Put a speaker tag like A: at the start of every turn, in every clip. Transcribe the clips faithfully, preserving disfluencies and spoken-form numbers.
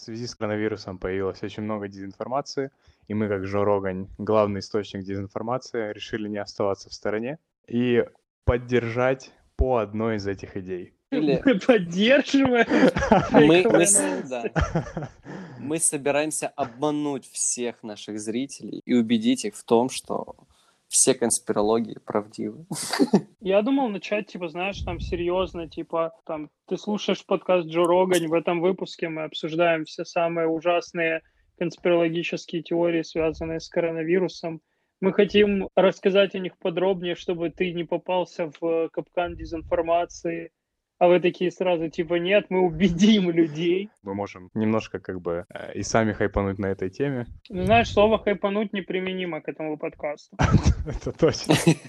A: связи с коронавирусом появилось очень много дезинформации, и мы, как Джо Роган, главный источник дезинформации, решили не оставаться в стороне и поддержать по одной из этих идей.
B: Или
C: Мы поддерживаем
B: мы,
C: фейковые
B: мы, с-
C: новости.
B: да, мы собираемся обмануть всех наших зрителей и убедить их в том, что все конспирологии правдивы.
C: Я думал начать, типа, знаешь, там серьезно, типа, там, ты слушаешь подкаст Джо Роган, в этом выпуске мы обсуждаем все самые ужасные конспирологические теории, связанные с коронавирусом. Мы хотим рассказать о них подробнее, чтобы ты не попался в капкан дезинформации. А вы такие сразу, типа, нет, мы убедим людей.
A: Мы можем немножко как бы э, и сами хайпануть на этой теме.
C: Ну, знаешь, слово «хайпануть» неприменимо к этому подкасту.
A: Это точно.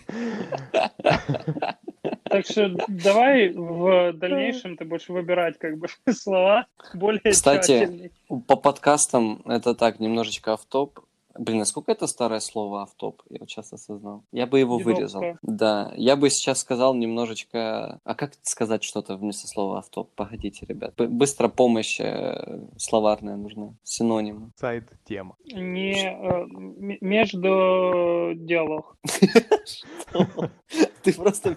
C: Так что давай в дальнейшем ты будешь выбирать как бы слова более
B: Кстати,
C: тщательней.
B: по подкастам это так, немножечко автоп. Блин, насколько это старое слово автоп? Я вот сейчас осознал. Я бы его
C: Дедовское.
B: вырезал. Да, я бы сейчас сказал немножечко... А как сказать что-то вместо слова автоп? Погодите, ребят. Б- быстро помощь э, словарная нужна. Синонимы.
A: Сайт-тема.
C: Не э, м- между делах.
B: Ты просто...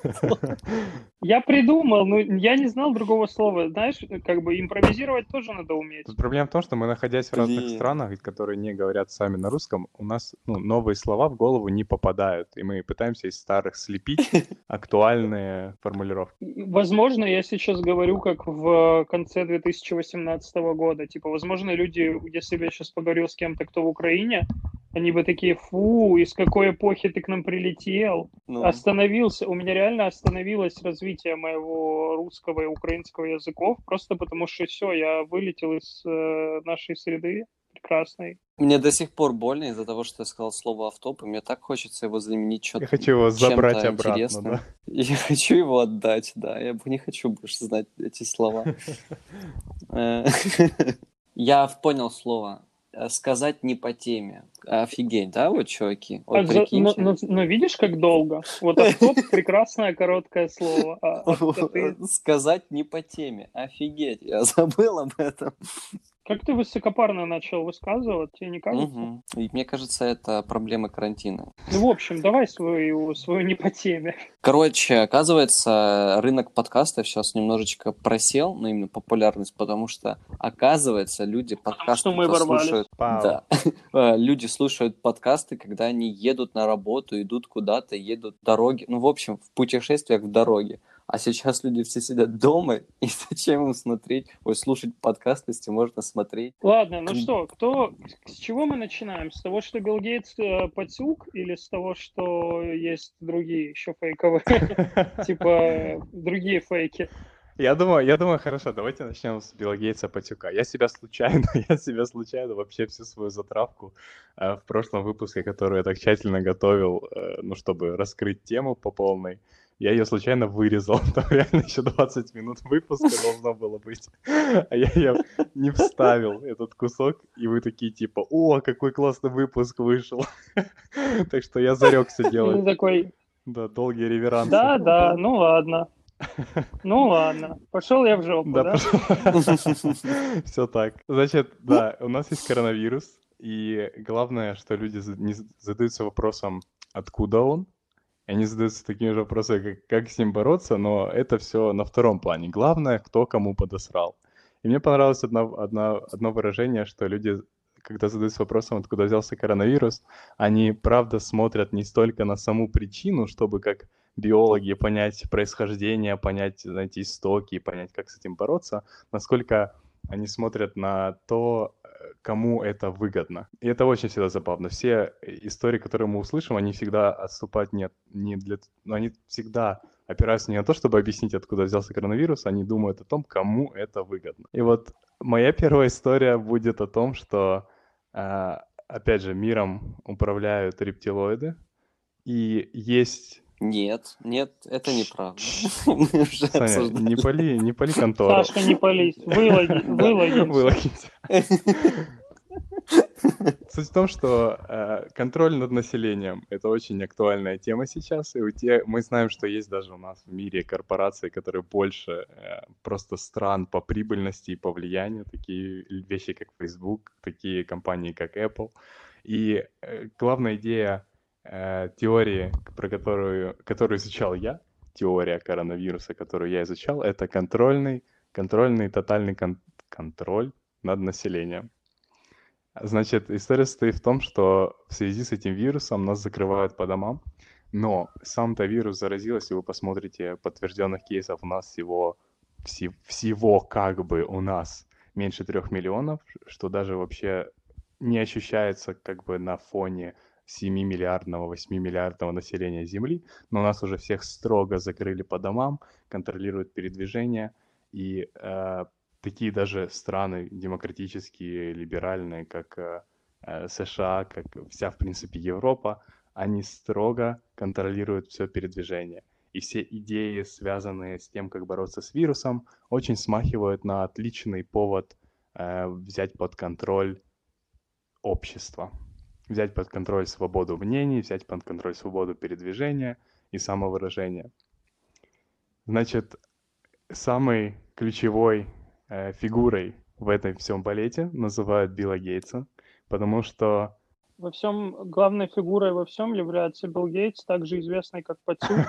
C: Я придумал, но я не знал другого слова. Знаешь, как бы импровизировать тоже надо уметь.
A: Тут проблема в том, что мы, находясь в разных
B: Блин.
A: странах, которые не говорят сами на русском, у нас ну, новые слова в голову не попадают, и мы пытаемся из старых слепить актуальные формулировки.
C: И, Возможно, я сейчас говорю как в конце две тысячи восемнадцатого года. Типа, возможно, люди, если бы я сейчас поговорил с кем-то, кто в Украине, они бы такие, фу, из какой эпохи ты к нам прилетел?
B: Ну,
C: Остановился, у меня реально остановилось развитие моего русского и украинского языков, просто потому что все, я вылетел из э, нашей среды прекрасной.
B: мне до сих пор больно из-за того, что я сказал слово автоп, и мне так хочется его заменить что-то
A: Я хочу его забрать
B: чем-то
A: обратно,
B: интересным.
A: да?
B: Я хочу его отдать, да. Я не хочу больше знать эти слова. Э, Я понял слово. Э, Сказать не по теме. Офигеть, да, вот, чуваки?
C: А
B: Вот
C: за- но,
B: прикиньте.
C: но- но видишь, как долго? Вот автоп прекрасное короткое слово. А, а- а ты-
B: Сказать не по теме. Офигеть, я забыл об этом.
C: как ты высокопарно начал высказывать, тебе не кажется?
B: Мгм. И мне кажется, это проблема карантина.
C: Ну, в общем, давай свою, свою не по теме.
B: Короче, оказывается, рынок подкастов сейчас немножечко просел, ну, именно популярность, потому что, оказывается, люди подкасты
C: что мы ворвались.
B: слушают...
A: Пау.
B: Да. Э, Люди слушают подкасты, когда они едут на работу, идут куда-то, едут в дороге. Ну, в общем, в путешествиях в дороге. А сейчас люди все сидят дома, и зачем им смотреть, ой, слушать подкасты, если можно смотреть?
C: Ладно, ну
B: К-
C: что, кто, с чего мы начинаем? С того, что Билл Гейтс э, пацюк, или с того, что есть другие еще фейковые, типа другие фейки?
A: Я думаю, я думаю, хорошо, давайте начнем с Билла Гейтса Патюка. Я себя случайно, я себя случайно вообще всю свою затравку э, в прошлом выпуске, которую я так тщательно готовил, э, ну, чтобы раскрыть тему по полной, я ее случайно вырезал. Там реально еще двадцать минут выпуска должно было быть. А я ее не вставил, этот кусок, и вы такие типа, о, какой классный выпуск вышел. Так что я зарекся
C: И ты
A: делать,
C: такой,
A: да, долгие реверансы.
C: да, да, ну ладно, ну ладно, пошел я в жопу,
A: Да,
C: да?
A: все так. Значит, да, у нас есть коронавирус, и главное, что люди за- не з- задаются вопросом, откуда он, и они задаются такими же вопросами, как, как с ним бороться, но это все на втором плане. Главное, кто кому подосрал. И мне понравилось одно, одно, одно выражение, что люди, когда задаются вопросом, откуда взялся коронавирус, они правда смотрят не столько на саму причину, чтобы как биологи понять происхождение, понять, знаете, истоки, понять, как с этим бороться, насколько они смотрят на то, э, кому это выгодно. И это очень всегда забавно. Все истории, которые мы услышим, они всегда отступают не, не для... Ну, они всегда опираются не на то, чтобы объяснить, откуда взялся коронавирус, они думают о том, кому это выгодно. И вот моя первая история будет о том, что, э, опять же, миром управляют рептилоиды, и есть...
B: Нет, нет, это неправда. Мы уже
A: Саня,
B: обсуждали.
A: не пали, не пали контору.
C: Сашка, не пались, вылоги,
B: Да.
C: вылогимся.
A: Вылогимся. Суть в том, что э, контроль над населением — это очень актуальная тема сейчас, и у те, мы знаем, что есть даже у нас в мире корпорации, которые больше э, просто стран по прибыльности и по влиянию, такие вещи, как Facebook, такие компании, как Apple. И э, главная идея э, теории, про которую, которую изучал я, теория коронавируса, которую я изучал, это контрольный, контрольный тотальный кон- контроль над населением. Значит, история состоит в том, что в связи с этим вирусом нас закрывают по домам, но сам-то вирус заразил, если вы посмотрите подтвержденных кейсов, у нас всего, вси- всего как бы у нас меньше трех миллионов, что даже вообще не ощущается как бы на фоне семимиллиардного, восьмимиллиардного населения Земли, но у нас уже всех строго закрыли по домам, контролируют передвижение, и э, такие даже страны демократические, либеральные, как э, э, США, как вся, в принципе, Европа, они строго контролируют все передвижение. И все идеи, связанные с тем, как бороться с вирусом, очень смахивают на отличный повод э, взять под контроль общество, взять под контроль свободу мнений, взять под контроль свободу передвижения и самовыражения. Значит, самой ключевой э, фигурой в этом всем балете называют Билла Гейтса, потому что
C: Во всем, главной фигурой во всем является Билл Гейтс, также известный как Пацюк.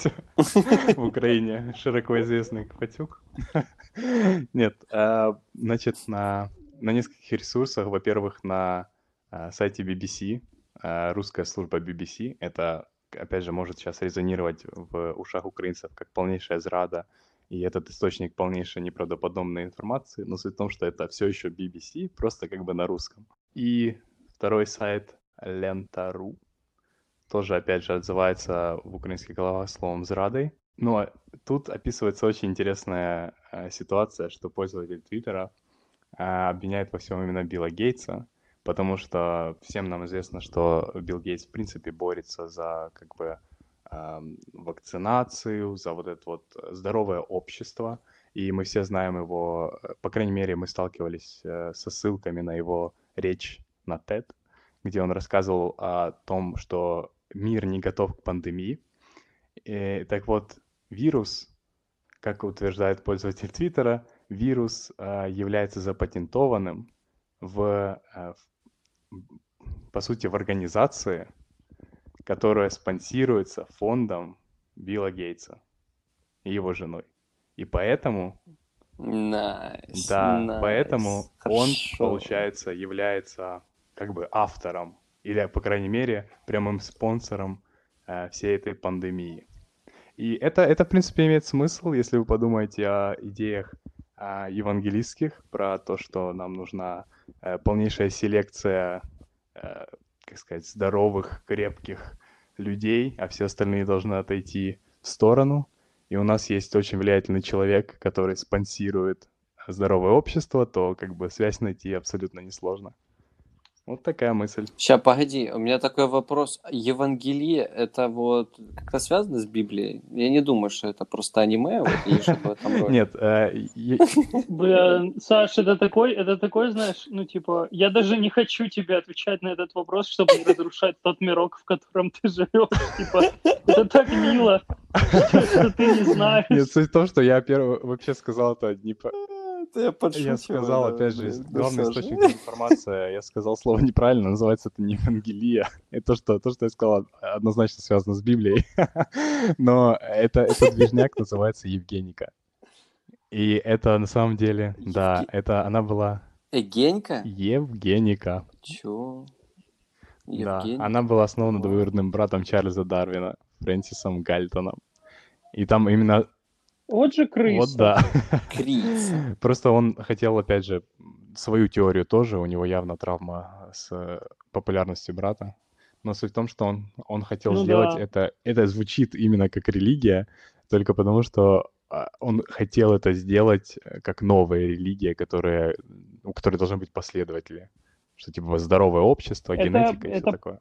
A: в Украине широко известный как Патюк. Нет, а, значит, на, на нескольких ресурсах, во-первых, на а, сайте би би си, а, русская служба би би си, это, опять же, может сейчас резонировать в ушах украинцев как полнейшая зрада, и этот источник полнейшей неправдоподобной информации, но суть в том, что это все еще би би си, просто как бы на русском. И второй сайт Лента.ру, тоже, опять же, отзывается в украинских головах словом «зрадой». Но тут описывается очень интересная э, ситуация, что пользователь Твиттера э, обвиняет во всем именно Билла Гейтса, потому что всем нам известно, что Билл Гейтс в принципе борется за как бы э, вакцинацию, за вот это вот здоровое общество, и мы все знаем его, по крайней мере, мы сталкивались э, со ссылками на его речь на TED, где он рассказывал о том, что мир не готов к пандемии. И, так вот, вирус, как утверждает пользователь Твиттера, вирус э, является запатентованным в, э, в, по сути, в организации, которая спонсируется фондом Билла Гейтса и его женой. И поэтому,
B: Найс,
A: да, поэтому
B: найс.
A: он,
B: Хорошо.
A: получается, является как бы автором или, по крайней мере, прямым спонсором э, всей этой пандемии. И это, это, в принципе, имеет смысл, если вы подумаете о идеях а, евангелистских, про то, что нам нужна э, полнейшая селекция, э, как сказать, здоровых, крепких людей, а все остальные должны отойти в сторону. И у нас есть очень влиятельный человек, который спонсирует здоровое общество, то как бы связь найти абсолютно несложно. Вот такая мысль.
B: Ща, погоди, у меня такой вопрос. Евангелие, это вот как-то связано с Библией? Я не думаю, что это просто аниме, вот, и что-то в этом роде.
A: Нет, э, е-
C: Бля, Саш, это такой, это такой, знаешь, ну, типа, я даже не хочу тебе отвечать на этот вопрос, чтобы не разрушать тот мирок, в котором ты живешь. Типа, это так мило, что, что ты не знаешь.
A: нет, суть в том, что я первый вообще сказал это не по...
B: Это я подшучиваю.
A: Я сказал,
B: да,
A: опять же,
B: блин, ну
A: главный
B: всё же.
A: источник информации, я сказал слово неправильно, называется это не Евангелие. И то, что, то, что я сказал, однозначно связано с Библией. Но это, этот движняк называется Евгеника. И это на самом деле, да,
B: Евге-
A: это она была
B: Эгенька?
A: Евгеника.
B: Чё?
A: Да,
B: Евгений?
A: она была основана
B: Вау.
A: двоюродным братом Чарльза Дарвина, Фрэнсисом Гальтоном. И там именно...
C: Вот же
A: Вот
C: крыса.
A: да.
B: Крица.
A: Просто он хотел, опять же, свою теорию тоже, у него явно травма с э, популярностью брата. Но суть в том, что он, он хотел
C: Ну
A: сделать
C: да.
A: это, это звучит именно как религия, только потому что а, он хотел это сделать э, как новая религия, которая, у которой должны быть последователи. Что типа здоровое общество,
C: Это,
A: генетика и все
C: это
A: такое.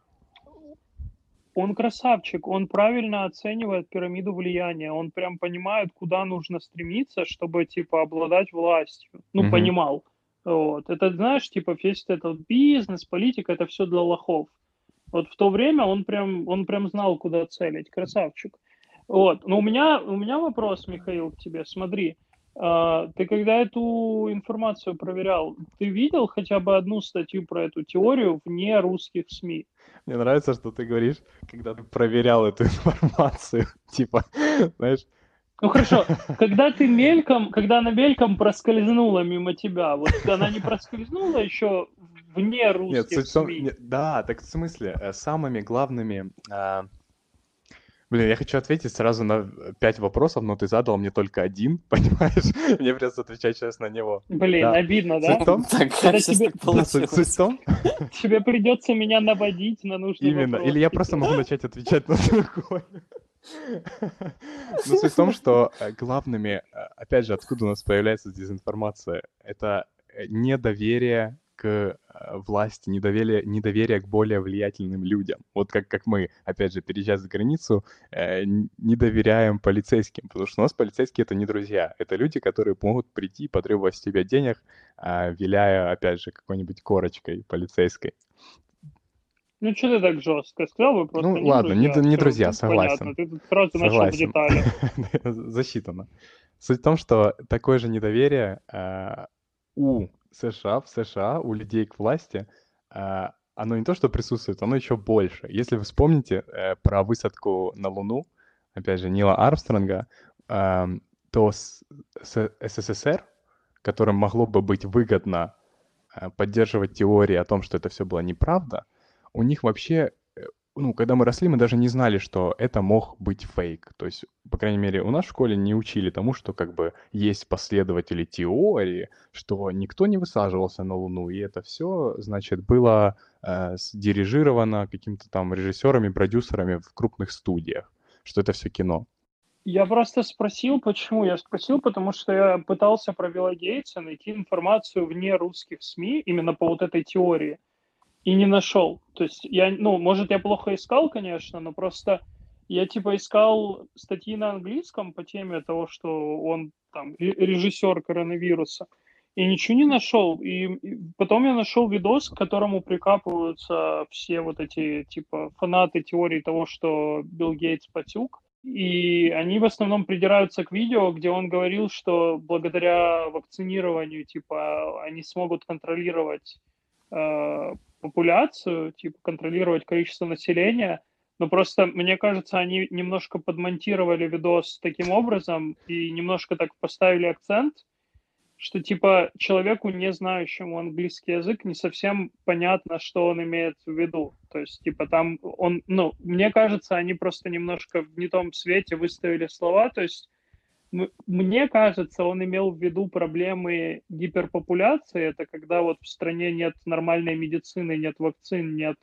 C: он красавчик, он правильно оценивает пирамиду влияния, он прям понимает, куда нужно стремиться, чтобы, типа, обладать властью. Ну,
A: Мгм.
C: понимал. Вот. Это, знаешь, типа весь этот бизнес, политика, это все для лохов. Вот в то время он прям, он прям знал, куда целить. Красавчик. Вот. Но у меня, у меня вопрос, Михаил, к тебе. Смотри, а, ты когда эту информацию проверял, ты видел хотя бы одну статью про эту теорию вне русских СМИ?
A: Мне нравится, что ты говоришь, когда ты проверял эту информацию. Типа, знаешь...
C: Ну хорошо, когда ты мельком, когда она мельком проскользнула мимо тебя, вот она не проскользнула еще вне
A: Нет,
C: русских
A: суть в том...
C: СМИ?
A: не- Да, так в смысле, э, самыми главными... а, Блин, я хочу ответить сразу на э, пять вопросов, но ты задал мне только один, понимаешь? Мне придется отвечать сейчас на него.
C: Блин,
A: Да.
C: обидно,
A: Суть
C: да?
A: в том...
B: Так,
C: Это
B: сейчас
C: тебе,
B: так
A: Да, суть, суть в
B: получилось.
A: том...
C: тебе придется меня наводить на нужный
A: Именно.
C: вопрос.
A: Или я просто могу начать отвечать на другой. Но суть в том, что э, главными, э, опять же, откуда у нас появляется дезинформация, это э, недоверие к э, власти, недоверие, недоверие к более влиятельным людям. Вот как, как мы, опять же, переезжая за границу, э, н- не доверяем полицейским, потому что у нас полицейские — это не друзья, это люди, которые могут прийти и потребовать с тебя денег, а, виляя, опять же, какой-нибудь корочкой полицейской.
C: Ну, что ты так жестко сказал? Вы просто
A: Ну,
C: не
A: ладно, не,
C: друзья.
A: д- не
C: Все,
A: друзья,
C: тут понятно.
A: согласен.
C: Ты тут сразу начал в
A: Согласен.
C: детали.
A: Засчитано. Суть в том, что такое же недоверие а, у США, в США, у людей к власти, а, оно не то, что присутствует, оно еще больше. Если вы вспомните э, про высадку на Луну, опять же, Нила Армстронга, ам, то с, с СССР, которым могло бы быть выгодно а, поддерживать теории о том, что это все была неправда, у них вообще, э, ну, когда мы росли, мы даже не знали, что это мог быть фейк. То есть, по крайней мере, у нас в школе не учили тому, что как бы есть последователи теории, что никто не высаживался на Луну, и это все, значит, было э, сдирижировано какими-то там режиссерами, продюсерами в крупных студиях, что это все кино.
C: Я просто спросил, почему. Я спросил, потому что я пытался про Билла Гейтса найти информацию вне русских СМИ именно по вот этой теории и не нашел. То есть я, ну, может, я плохо искал, конечно, но просто я типа искал статьи на английском по теме того, что он там ре- режиссер коронавируса, и ничего не нашел. И, и потом я нашел видос, к которому прикапываются все вот эти типа фанаты теории того, что Билл Гейтс патюк. И они в основном придираются к видео, где он говорил, что благодаря вакцинированию, типа, они смогут контролировать э, популяцию, типа, контролировать количество населения. Но просто, мне кажется, они немножко подмонтировали видос таким образом и немножко так поставили акцент, что, типа, человеку, не знающему английский язык, не совсем понятно, что он имеет в виду. То есть, типа, там он, ну, мне кажется, они просто немножко в не том свете выставили слова. То есть, м- мне кажется, он имел в виду проблемы гиперпопуляции. Это когда вот в стране нет нормальной медицины, нет вакцин, нет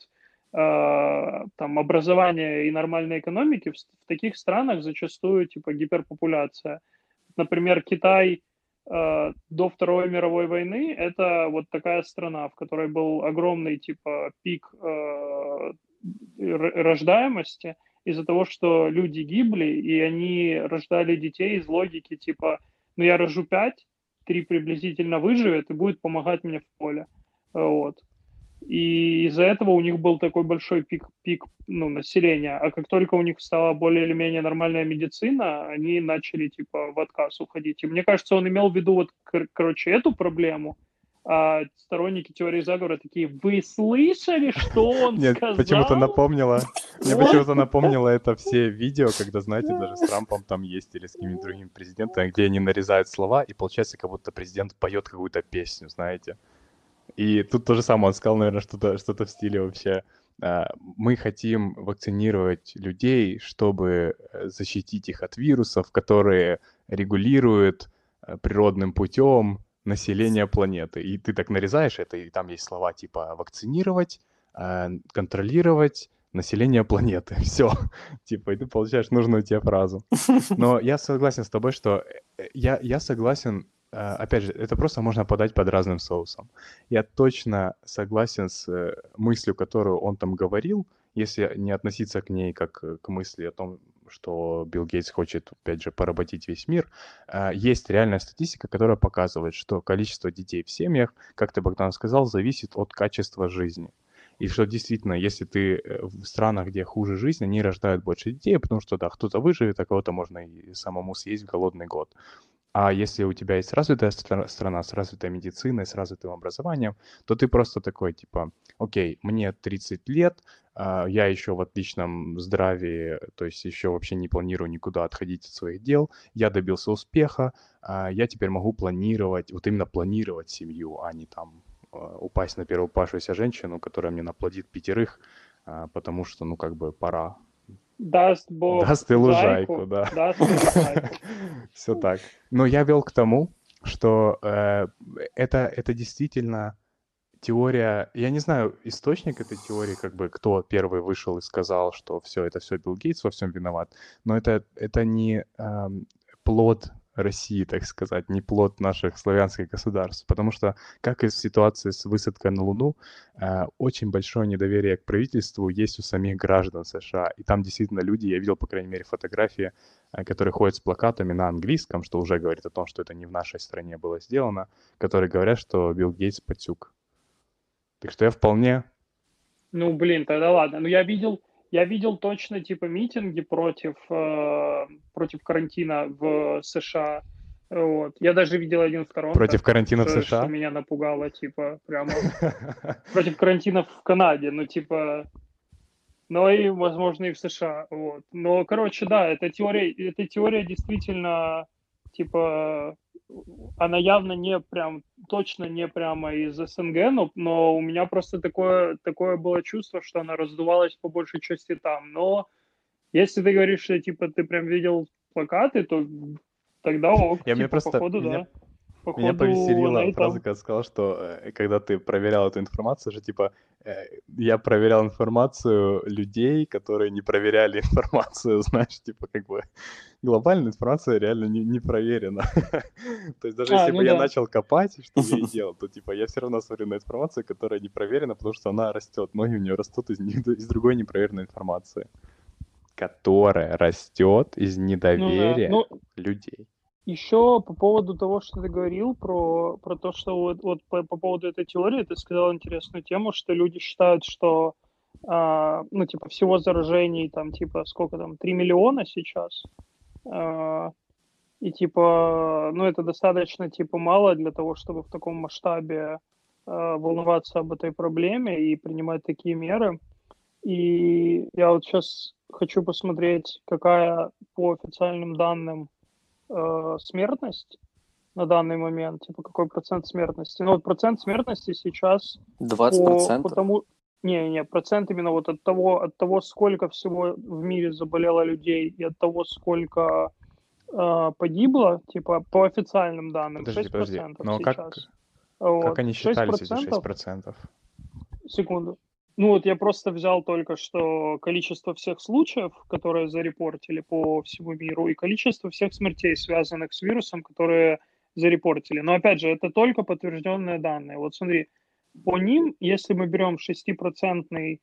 C: э, там образования и нормальной экономики. В, в таких странах зачастую, типа, гиперпопуляция. Например, Китай э, до Второй мировой войны это вот такая страна, в которой был огромный типа пик э, рождаемости из-за того, что люди гибли, и они рождали детей из логики типа, ну я рожу пять, три приблизительно выживет и будет помогать мне в поле. Вот. И из-за этого у них был такой большой пик, пик ну, населения. А как только у них стала более или менее нормальная медицина, они начали типа в отказ уходить. И мне кажется, он имел в виду вот, кор- короче, эту проблему. А сторонники теории заговора такие: вы слышали, что он
A: Мне почему-то
C: сказал?
A: напомнило, мне почему-то напомнило это все видео, когда, знаете, даже с Трампом там есть или с какими-то другими президентами, где они нарезают слова, и получается, как будто президент поет какую-то песню, знаете. И тут то же самое, он сказал, наверное, что-то что-то в стиле вообще. а, Мы хотим вакцинировать людей, чтобы э, защитить их от вирусов, которые регулируют э, природным путем население планеты. И ты так нарезаешь это, и там есть слова типа вакцинировать, э, контролировать население планеты. Все. Типа, и ты получаешь нужную тебе фразу. Но я согласен с тобой, что э, я, я согласен, э, опять же, это просто можно подать под разным соусом. Я точно согласен с э, мыслью, которую он там говорил, если не относиться к ней как э, к мысли о том, что Билл Гейтс хочет, опять же, поработить весь мир. А, Есть реальная статистика, которая показывает, что количество детей в семьях, как ты, Богдан, сказал, зависит от качества жизни. И что действительно, если ты э, в странах, где хуже жизнь, они рождают больше детей, потому что, да, кто-то выживет, а кого-то можно и самому съесть в голодный год. А если у тебя есть развитая стра- страна с развитой медициной, с развитым образованием, то ты просто такой, типа, окей, мне тридцать лет, а, я еще в отличном здравии, то есть еще вообще не планирую никуда отходить от своих дел, я добился успеха, а, я теперь могу планировать, вот именно планировать семью, а не там а, упасть на первую павшуюся женщину, которая мне наплодит пятерых, а, потому что, ну, как бы пора.
C: Даст Бог
A: Даст и лужайку,
C: зайку,
A: да.
C: даст и лужайку.
A: Все так. Но я вел к тому, что э, это, это действительно теория. Я не знаю источник этой теории, как бы кто первый вышел и сказал, что все, это все Билл Гейтс во всем виноват. Но это, это не эм, плод России, так сказать, не плод наших славянских государств. Потому что, как и в ситуации с высадкой на Луну, э, очень большое недоверие к правительству есть у самих граждан США. И там действительно люди, я видел, по крайней мере, фотографии, э, которые ходят с плакатами на английском, что уже говорит о том, что это не в нашей стране было сделано, которые говорят, что Билл Гейтс пацюк. Так что я вполне...
C: Ну, блин, тогда ладно. Ну, я видел, я видел точно, типа, митинги против, э, против карантина в США. Вот. Я даже видел один в Торонто,
A: Против карантина в
C: что, что
A: США?
C: меня напугало, типа, прямо. Против карантина в Канаде, ну, типа, но и, возможно, и в США. Вот. Но, короче, да, эта теория, эта теория действительно, типа, она явно не прям, точно не прямо из СНГ, но, но у меня просто такое, такое было чувство, что она раздувалась по большей части там. Но если ты говоришь, что, типа, ты прям видел плакаты, то тогда ок,
A: Я мне
C: типа,
A: просто...
C: походу,
A: Меня,
C: да.
A: меня
C: Походу, она
A: повеселила
C: и
A: фраза,
C: там.
A: когда сказал, что э, когда ты проверял эту информацию, же типа э, я проверял информацию людей, которые не проверяли информацию, знаешь, типа как бы глобальная информация реально не, не проверена. То есть даже
C: А,
A: если бы
C: ну
A: я
C: да.
A: начал копать, что я и делал, то типа я все равно смотрю на информацию, которая не проверена, потому что она растет. Ноги у нее растут из, не- из другой непроверенной информации, которая растет из
C: Ну да.
A: недоверия
C: Ну,
A: людей.
C: еще по поводу того, что ты говорил про, про то, что вот, вот по, по поводу этой теории, ты сказал интересную тему, что люди считают, что а, ну, типа, всего заражений там, типа, сколько там, три миллиона сейчас. А, и, типа, ну, это достаточно, типа, мало для того, чтобы в таком масштабе а, волноваться об этой проблеме и принимать такие меры. И я вот сейчас хочу посмотреть, какая по официальным данным э, смертность на данный момент, типа какой процент смертности. Ну вот процент смертности сейчас
B: двадцать
C: по, по
B: процентов
C: тому, не, не, процент именно вот от того, от того, сколько всего в мире заболело людей и от того, сколько э, погибло, типа по официальным данным,
A: Подожди,
C: шесть
A: подожди.
C: процентов
A: Но как,
C: сейчас.
A: как
C: Вот,
A: они
C: шесть
A: считались, эти шесть
C: процентов
A: процентов?
C: секунду. Ну вот я просто взял только что количество всех случаев, которые зарепортили по всему миру, и количество всех смертей, связанных с вирусом, которые зарепортили. Но опять же, это только подтвержденные данные. Вот смотри, по ним, если мы берем шестипроцентный,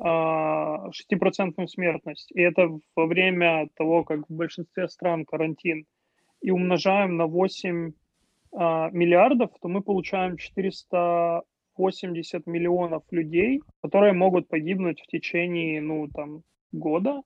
C: а, шестипроцентную смертность, и это во время того, как в большинстве стран карантин, и умножаем на восемь а, миллиардов, то мы получаем четыреста восемьдесят миллионов людей, которые могут погибнуть в течение, ну, там, года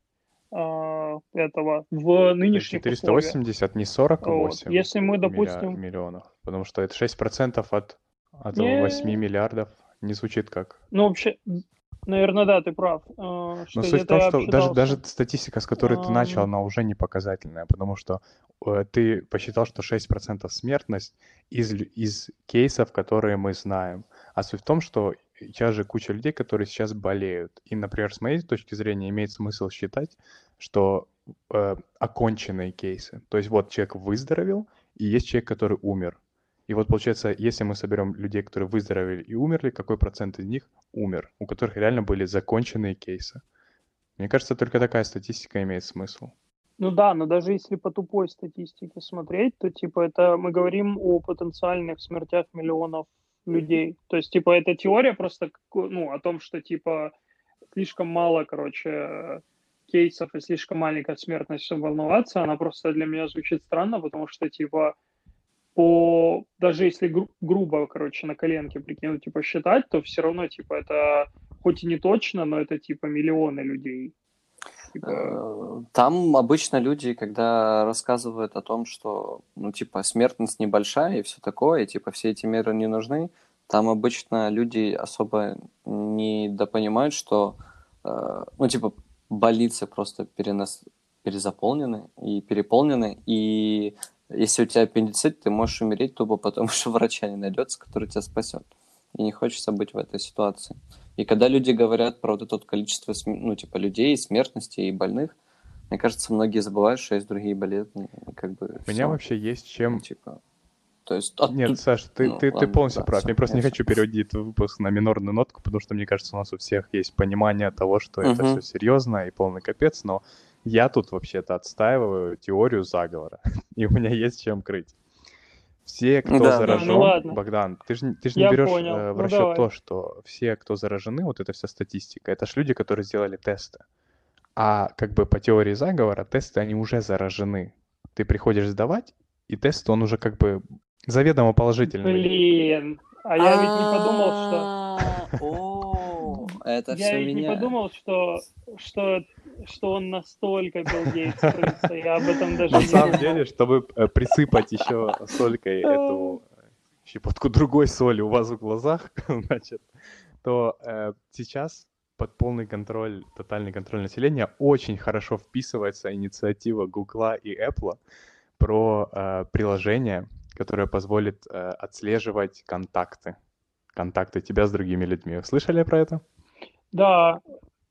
C: а, этого в
A: То есть
C: нынешних
A: четыреста
C: условиях.
A: восемьдесят, не сорок
C: Вот.
A: восемь
C: Если мы,
A: милля-
C: допустим,
A: миллионов, потому что это шесть процентов от, от восемь
C: не,
A: миллиардов. Не звучит как.
C: ну, вообще, наверное, да, ты прав, а,
A: Но
C: что
A: суть в
C: где-то
A: том,
C: я
A: что даже,
C: обсчитался.
A: даже статистика, с которой ты начал,
C: Ам,
A: она уже не показательная, потому что э, ты посчитал, что шесть процентов смертность из, лю- из кейсов, которые мы знаем. А суть в том, что сейчас же куча людей, которые сейчас болеют. И, например, с моей точки зрения, имеет смысл считать, что э, оконченные кейсы. То есть вот человек выздоровел, и есть человек, который умер. И вот получается, если мы соберем людей, которые выздоровели и умерли, какой процент из них умер, у которых реально были законченные кейсы? Мне кажется, только такая статистика имеет смысл.
C: Ну да, но даже если по тупой статистике смотреть, то типа это мы говорим о потенциальных смертях миллионов людей. То есть типа эта теория просто ну о том, что типа слишком мало, короче, кейсов и слишком маленькая смертность, чтобы волноваться. Она просто для меня звучит странно, потому что, типа, по даже если гру- грубо, короче, на коленке прикинуть, типа, считать, то все равно, типа, это хоть и не точно, но это, типа, миллионы людей. Типа,
B: Э, Там обычно люди, когда рассказывают о том, что, ну, типа, смертность небольшая и все такое, и, типа, все эти меры не нужны, там обычно люди особо недопонимают, что, э, ну, типа, больницы просто перенос... перезаполнены и переполнены, и если у тебя аппендицит, ты можешь умереть тупо потому, что врача не найдется, который тебя спасет. И не хочется быть в этой ситуации. И когда люди говорят про вот это вот количество, см- ну, типа, людей, смертности и больных, мне кажется, многие забывают, что есть другие болезни, и как бы
A: У меня
B: все.
A: вообще есть
B: Ну,
A: чем...
B: типа, то есть, а
A: Нет,
B: тут,
A: Саш, ты,
B: ну,
A: ты, ты
B: ладно,
A: полностью
B: да,
A: прав.
B: все,
A: Я просто
B: я
A: не
B: все.
A: хочу переводить этот выпуск на минорную нотку, потому что, мне кажется, у нас у всех есть понимание того, что это все
B: Угу.
A: серьезно и полный капец, но я тут вообще-то отстаиваю теорию заговора, и у меня есть чем крыть. Все, кто
B: Да, да.
C: а, ну
A: заражен,
C: ладно,
A: Богдан, ты же ты ж не
C: я
A: берешь
C: понял.
A: э, в
C: Ну
A: расчет
C: давай.
A: то, что все, кто заражены, вот эта вся статистика, это ж люди, которые сделали тесты. А как бы по теории заговора тесты, они уже заражены. Ты приходишь сдавать, и тест, он уже как бы заведомо положительный.
C: Блин, а я ведь не подумал, что...
B: А, О, это
C: Я
B: все
C: ведь не
B: меняет.
C: подумал, что, что, что он настолько Билл Гейтс крыса. Я об этом
A: На
C: даже не
A: самом
C: думал.
A: деле, чтобы э, присыпать еще солькой эту э, щепотку другой соли у вас в глазах, значит, то э, сейчас под полный контроль, тотальный контроль населения очень хорошо вписывается инициатива Гугла и Apple про э, приложение, которое позволит э, отслеживать контакты, контакты тебя с другими людьми. Вы слышали про это?
C: Да,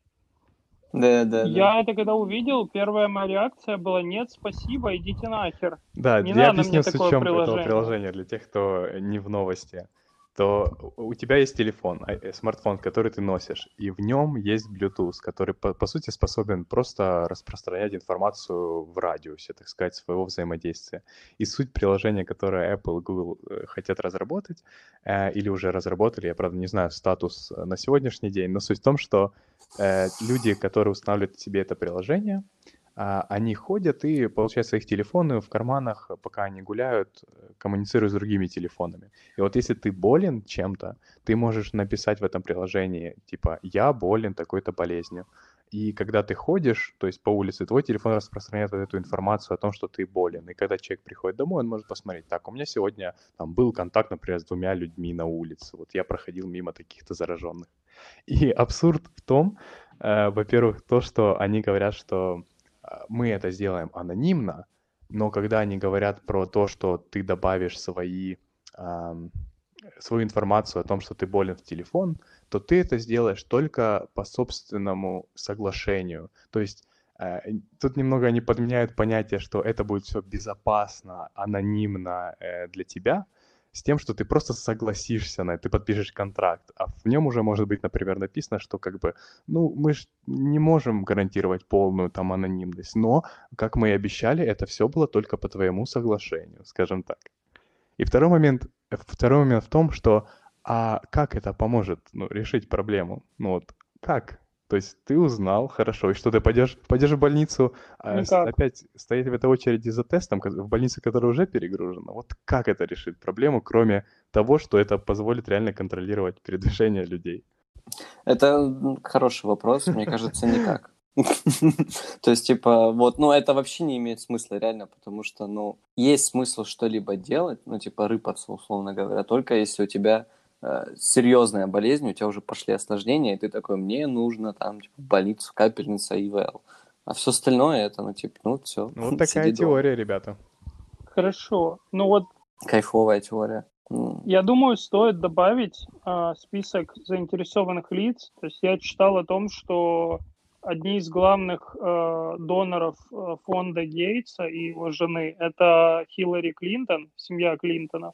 B: Да, да, да.
C: я это когда увидел, первая моя реакция была: нет, спасибо, идите нахер.
A: Да,
C: Не
A: я
C: надо мне
A: объясню суть в
C: такое
A: чем этого
C: приложение.
A: приложения для тех, кто не в новости. То у тебя есть телефон, а, э, смартфон, который ты носишь, и в нем есть Bluetooth, который, по, по сути, способен просто распространять информацию в радиусе, так сказать, своего взаимодействия. И суть приложения, которое Apple и Google э, хотят разработать, э, или уже разработали, я, правда, не знаю статус э, на сегодняшний день, но суть в том, что э, люди, которые устанавливают себе это приложение, а, они ходят и получают своих телефоны в карманах, пока они гуляют, э, коммуницируют с другими телефонами. И вот если ты болен чем-то, ты можешь написать в этом приложении, типа, я болен такой-то болезнью. И когда ты ходишь, то есть по улице, твой телефон распространяет вот эту информацию о том, что ты болен. И когда человек приходит домой, он может посмотреть: так, у меня сегодня там был контакт, например, с двумя людьми на улице. Вот я проходил мимо таких-то зараженных. И абсурд в том, э, во-первых, то, что они говорят, что а, мы это сделаем анонимно, но когда они говорят про то, что ты добавишь свои, ам, свою информацию о том, что ты болен в телефон, то ты это сделаешь только по собственному соглашению. То есть э, тут немного они подменяют понятие, что это будет все безопасно, анонимно э, для тебя, с тем, что ты просто согласишься на это, ты подпишешь контракт, а в нем уже может быть, например, написано, что как бы, ну, мы ж не можем гарантировать полную там анонимность, но, как мы и обещали, это все было только по твоему соглашению, скажем так. И второй момент, э, второй момент в том, что, а как это поможет, ну, решить проблему? Ну вот, как? То есть ты узнал, хорошо, и что ты пойдешь, пойдешь в больницу, а, с-
C: Никак.
A: опять стоять в этой очереди за тестом, ко- в больнице, которая уже перегружена. Вот как это решит проблему, кроме того, что это позволит реально контролировать передвижение людей?
B: Это м, хороший вопрос, мне кажется, никак. То есть, типа, вот, ну, это вообще не имеет смысла, реально, потому что, ну, есть смысл что-либо делать, ну, типа, рыпаться, условно говоря, только если у тебя э, серьезная болезнь, у тебя уже пошли осложнения, и ты такой: мне нужно там, типа, больницу, капельница, и вэ эл. А все остальное это, ну, типа, ну, все,
A: Ну, вот такая
B: сиди дома.
A: теория, ребята.
C: Хорошо. Ну вот,
B: Кайфовая теория. М.
C: я думаю, стоит добавить а, список заинтересованных лиц. То есть я читал о том, что одни из главных э, доноров э, фонда Гейтса и его жены — это Хиллари Клинтон, семья Клинтонов,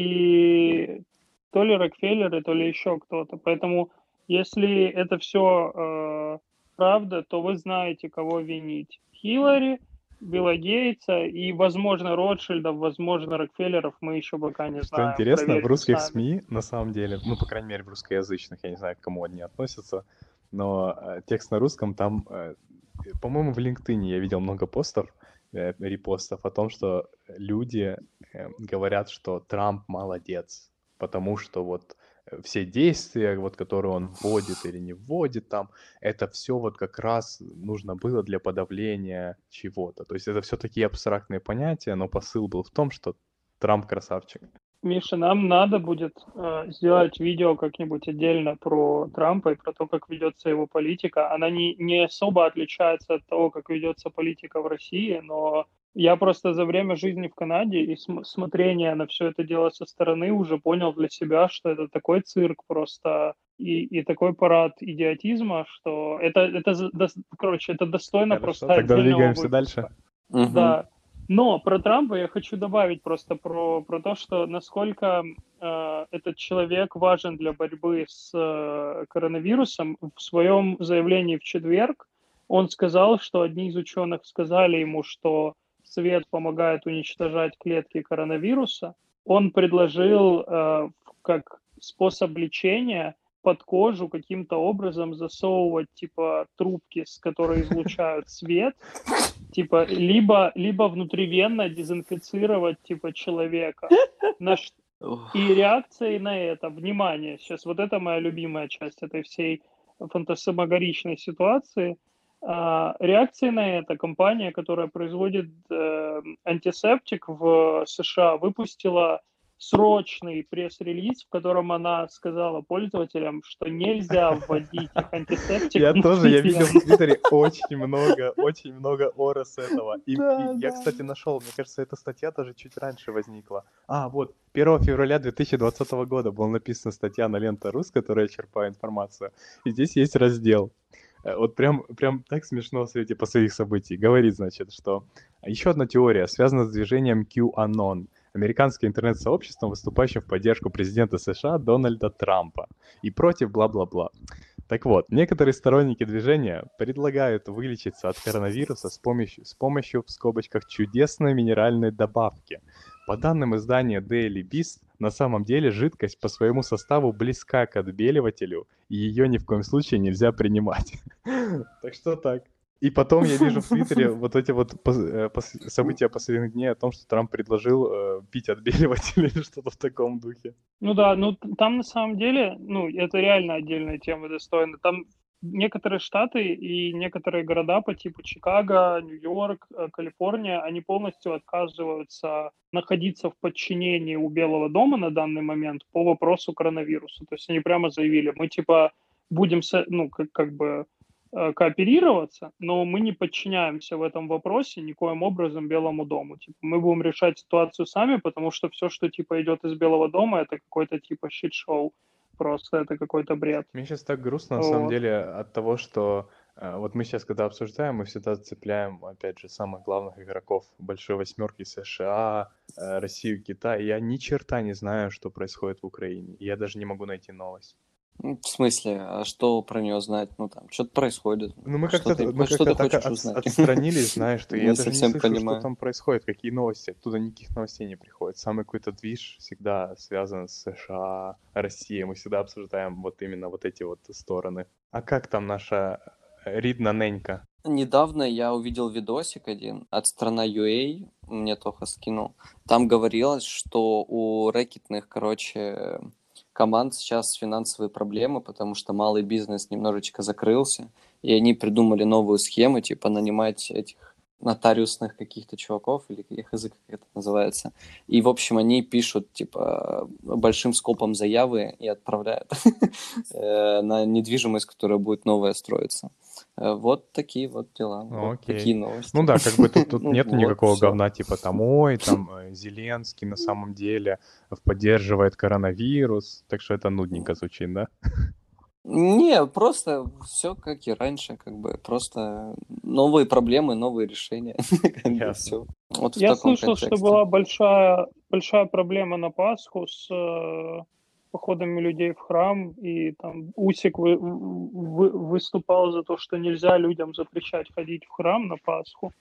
C: и то ли Рокфеллеры, то ли еще кто-то. Поэтому, если это все э, правда, то вы знаете, кого винить: Хиллари, Билла Гейтса и, возможно, Ротшильдов, возможно, Рокфеллеров. Мы еще пока не
A: Что
C: знаем.
A: интересно, в
C: Проверьте
A: русских
C: сами.
A: СМИ, на самом деле, ну, по крайней мере, в русскоязычных, я не знаю, к кому они относятся, но э, текст на русском там э, по-моему, в LinkedIn я видел много постов, э, репостов о том, что люди э, говорят, что Трамп молодец, потому что вот э, все действия, вот, которые он вводит или не вводит там, это все вот как раз нужно было для подавления чего-то. То есть это все такие абстрактные понятия, но посыл был в том, что Трамп красавчик.
C: Миша, нам надо будет э, сделать видео как-нибудь отдельно про Трампа и про то, как ведется его политика. Она не, не особо отличается от того, как ведется политика в России, но я просто за время жизни в Канаде и см- смотрения на все это дело со стороны уже понял для себя, что это такой цирк просто и, и такой парад идиотизма, что это, это, за- дос- короче, это достойно
A: Хорошо,
C: просто
A: тогда
C: отдельного
A: двигаемся
C: выпуска.
A: дальше.
B: Мгм.
C: Да. Но про Трампа я хочу добавить просто про, про то, что насколько э, этот человек важен для борьбы с э, коронавирусом. В своем заявлении в четверг он сказал, что одни из ученых сказали ему, что свет помогает уничтожать клетки коронавируса. Он предложил э, как способ лечения под кожу каким-то образом засовывать типа трубки, с которые излучают свет, типа либо либо внутривенно дезинфицировать типа человека. На ш-
B: Ох.
C: И реакцией на это, внимание, сейчас вот это моя любимая часть этой всей фантасмагоричной ситуации. А, реакцией на это компания, которая производит э, антисептик в США, выпустила срочный пресс-релиз, в котором она сказала пользователям, что нельзя вводить их антисептик
A: Я тоже, я видел в
C: внутривенно.
A: Твиттере очень много, очень много ора с этого. И, и
B: Да,
A: я,
B: да.
A: кстати, нашел, мне кажется, эта статья даже чуть раньше возникла. А, вот, первого февраля две тысячи двадцатого года была написана статья на Лента.ру, с которой я черпаю информацию. И здесь есть раздел. Э, Вот прям, прям так смешно в свете последних событий. Говорит, значит, что еще одна теория связана с движением QAnon, американское интернет-сообщество, выступающее в поддержку президента США Дональда Трампа и против бла-бла-бла. Так вот, некоторые сторонники движения предлагают вылечиться от коронавируса с помощью, с помощью, в скобочках, чудесной минеральной добавки. По данным издания Daily Beast, на самом деле жидкость по своему составу близка к отбеливателю, и ее ни в коем случае нельзя принимать. Так что так. И потом я вижу в Твиттере вот эти вот пос- э, пос- события последних дней о том, что Трамп предложил э, пить отбеливатель или что-то в таком духе.
C: Ну да, ну т- там на самом деле, ну это реально отдельная тема достойна. Там некоторые штаты и некоторые города по типу Чикаго, Нью-Йорк, э, Калифорния, они полностью отказываются находиться в подчинении у Белого дома на данный момент по вопросу коронавируса. То есть они прямо заявили, мы типа будем, со- ну как, как бы э, кооперироваться, но мы не подчиняемся в этом вопросе никоим образом Белому дому. Типа, мы будем решать ситуацию сами, потому что все, что типа идет из Белого дома, это какой-то типа щит-шоу. Просто это какой-то бред.
A: Мне сейчас так грустно, на самом
C: Вот.
A: деле, от того, что э, вот мы сейчас, когда обсуждаем, мы всегда цепляем, опять же, самых главных игроков большой восьмерки США, э, Россию, Китай. Я ни черта не знаю, что происходит в Украине. И я даже не могу найти новость.
B: Ну, в смысле, а что про нее знать? Ну, там, что-то происходит.
A: Ну, мы
B: Что
A: как-то
B: ты,
A: мы
B: что
A: как-то
B: ты
A: так
B: хочешь
A: от-
B: узнать?
A: отстранились, знаешь, что я
B: Не
A: даже не
B: совсем
A: слышу, что
B: понимаю.
A: там происходит, какие новости. Оттуда никаких новостей не приходит. Самый какой-то движ всегда связан с США, Россией. Мы всегда обсуждаем вот именно вот эти вот стороны. А как там наша э, Ридна Ненька?
B: Недавно я увидел видосик один от страна ю эй, мне Тоха скинул. Там говорилось, что у рэкетных, короче, команд сейчас финансовые проблемы, потому что малый бизнес немножечко закрылся, и они придумали новую схему, типа нанимать этих нотариусных каких-то чуваков, или их язык как это называется. И, в общем, они пишут, типа, большим скопом заявы и отправляют э, на недвижимость, которая будет новая строиться. Э, Вот такие вот дела,
A: Ну,
B: вот
A: окей.
B: такие новости.
A: Ну да, как бы тут, тут
B: Ну
A: нету
B: вот,
A: никакого
B: все.
A: говна типа там, ой, там э, Зеленский на самом деле поддерживает коронавирус, так что это нудненько звучит, да?
B: Не, просто все как и раньше, как бы просто новые проблемы, новые решения, как бы
A: Ясно.
B: все. Вот в
C: Я
B: таком
C: слышал, что
B: контексте.
C: была большая, большая проблема на Пасху с э, походами людей в храм, и там Усик вы- вы- выступал за то, что нельзя людям запрещать ходить в храм на Пасху.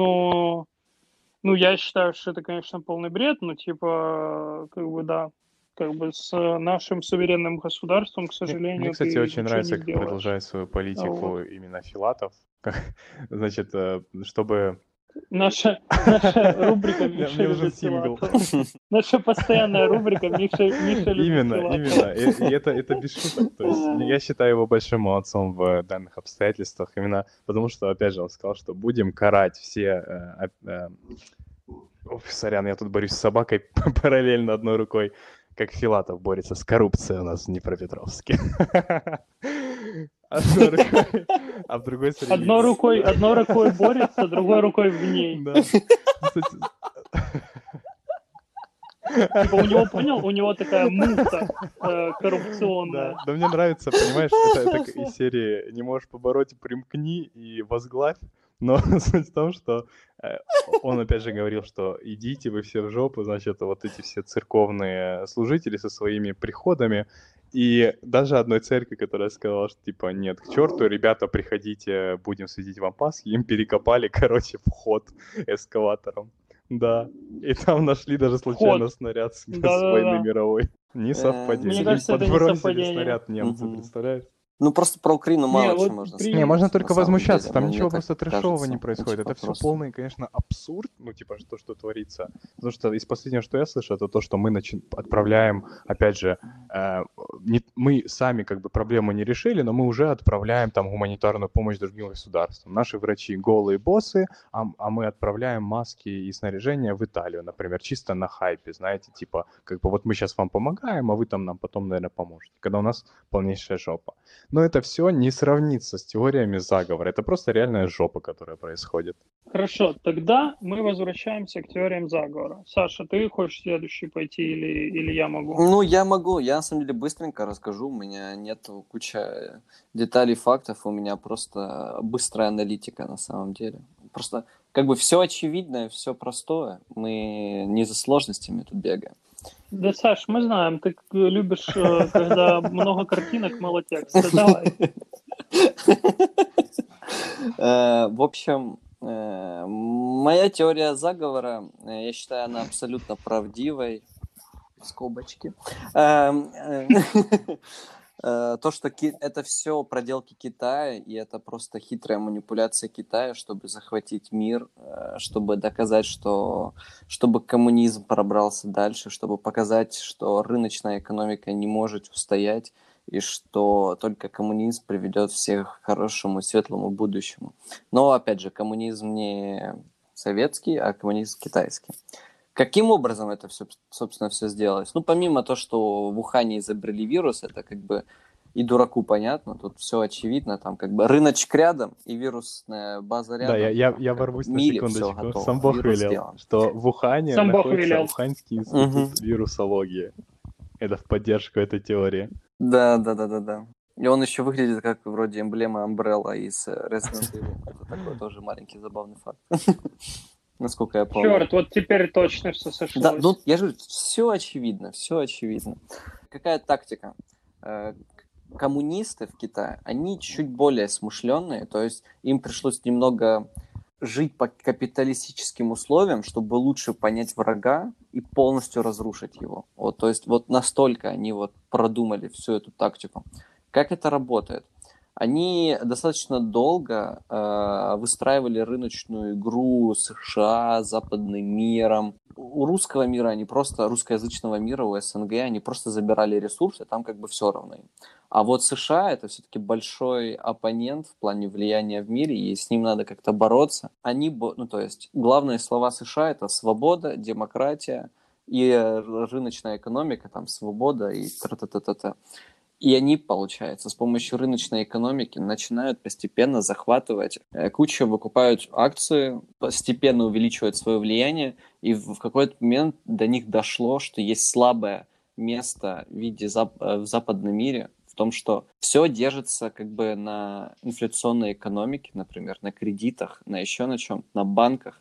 C: Но, ну, я считаю, что это, конечно, полный бред, но, типа, как бы, да, как бы с нашим суверенным государством, к
A: Мне, мне,
C: сожалению,
A: кстати,
C: ты
A: очень
C: ничего
A: нравится,
C: не
A: как
C: сделаешь.
A: продолжает свою политику
C: Вот.
A: именно Филатов. Как- Значит, э, чтобы...
C: Наша, наша рубрика
A: Мне
C: «Миша
A: мне уже
C: любит
A: сингл.
C: Филатова». Наша постоянная рубрика «Миша, Миша любит
A: Именно,
C: Филатова».
A: именно. И, и это, это без шуток. То есть я считаю его большим молодцом в данных обстоятельствах, именно потому что, опять же, он сказал, что будем карать все... э, оп- э, Оф, сорян, я тут борюсь с собакой параллельно одной рукой, как Филатов борется с коррупцией у нас в Днепропетровске. Одной рукой, а в другой с
C: Одной
A: религией.
C: рукой, одной рукой борется, другой рукой в ней.
A: Да. Кстати,
C: Типа у него, понял, у него такая муфта э, коррупционная.
A: Да, да мне нравится, понимаешь, это, это к- из серии «Не можешь побороть, примкни и возглавь». Но суть в том, что э, он опять же говорил, что идите вы все в жопу, значит, вот эти все церковные служители со своими приходами. И даже одной церкви, которая сказала, что типа нет, к черту, ребята, приходите, будем светить вам Пасхи, им перекопали, короче, вход эскалатором. Да, и там нашли даже случайно
C: Вход.
A: снаряд с, с Войны
C: Да-да-да.
A: мировой. Не
B: Э,
A: совпадение.
C: Мне
A: Им
C: кажется, это не
A: подбросили
C: совпадение.
A: снаряд немцы,
B: Мгм.
A: представляешь?
B: Ну, просто про Украину
C: Не,
B: мало
C: вот
B: чего можно
C: при-
A: Не, можно
B: сказать, на
A: только
B: самом
A: возмущаться,
B: деле.
A: там
B: Ну, мне
A: ничего
B: так
A: просто трэшового
B: кажется,
A: не происходит.
B: этих
A: Это все
B: вопросов.
A: полный, конечно, абсурд, ну, типа, то, что творится. Потому что из последнего, что я слышу, это то, что мы начи- отправляем, опять же, э, не- мы сами как бы проблему не решили, но мы уже отправляем там гуманитарную помощь другим государствам. Наши врачи голые боссы, а, м- а мы отправляем маски и снаряжение в Италию, например, чисто на хайпе, знаете, типа, как бы вот мы сейчас вам помогаем, а вы там нам потом, наверное, поможете, когда у нас полнейшая жопа. Но это все не сравнится с теориями заговора. Это просто реальная жопа, которая происходит.
C: Хорошо, тогда мы возвращаемся к теориям заговора. Саша, ты хочешь следующий пойти или, или я могу?
B: Ну, я могу, я на самом деле быстренько расскажу, у меня нет куча деталей, фактов, у меня просто быстрая аналитика на самом деле. Просто как бы все очевидное, все простое, мы не за сложностями тут бегаем.
C: Да, Саш, мы знаем, ты к- любишь, э, когда много картинок, мало текста. Давай.
B: Э, В общем, э, моя теория заговора, э, я считаю, она абсолютно правдивой. Скобочки. Эм, э, э, То, что ки- это все проделки Китая, и это просто хитрая манипуляция Китая, чтобы захватить мир, э, чтобы доказать, что чтобы коммунизм пробрался дальше, чтобы показать, что рыночная экономика не может устоять, и что только коммунизм приведет всех к хорошему, светлому будущему. Но, опять же, коммунизм не советский, а коммунизм китайский. Каким образом это все, собственно, все сделалось? Ну, помимо того, что в Ухане изобрели вирус, это как бы и дураку понятно, тут все очевидно, там как бы рыночек рядом и вирусная база
A: Да, я,
B: рядом,
A: я,
B: там,
A: я
B: как бы
A: ворвусь
B: в
A: на
B: мире все
A: секундочку.
B: готово,
A: Сам Бог
B: вирус
A: велел,
B: сделан.
A: что в Ухане
C: Сам Бог
A: находится
C: велел.
A: Уханьский институт
B: Мгм.
A: вирусологии. Это в поддержку этой теории.
B: Да, да, да, да, да. И он еще выглядит как вроде эмблема Umbrella из э, Resident Evil. Это такой тоже маленький забавный факт. Насколько я помню.
C: Черт, вот теперь точно все
B: Да,
C: сошлось.
B: ну я же говорю, все очевидно, все очевидно. Какая тактика? Э, Коммунисты в Китае, они чуть более смышленные, то есть им пришлось немного жить по капиталистическим условиям, чтобы лучше понять врага и полностью разрушить его. Вот, то есть вот настолько они вот продумали всю эту тактику. Как это работает? Они достаточно долго э, выстраивали рыночную игру США, западным миром. У русского мира, они просто, русскоязычного мира, у СНГ, они просто забирали ресурсы, там как бы все равно им. А вот США это все-таки большой оппонент в плане влияния в мире, и с ним надо как-то бороться. Они, ну то есть, главные слова США это свобода, демократия и рыночная экономика, там свобода и тра-та-та-та-та. И они, получается, с помощью рыночной экономики начинают постепенно захватывать, э, кучу выкупают акции, постепенно увеличивают свое влияние, и в какой-то момент до них дошло, что есть слабое место в виде зап- э, в западном мире, в том, что все держится как бы на инфляционной экономике, например, на кредитах, на еще на чем, на банках,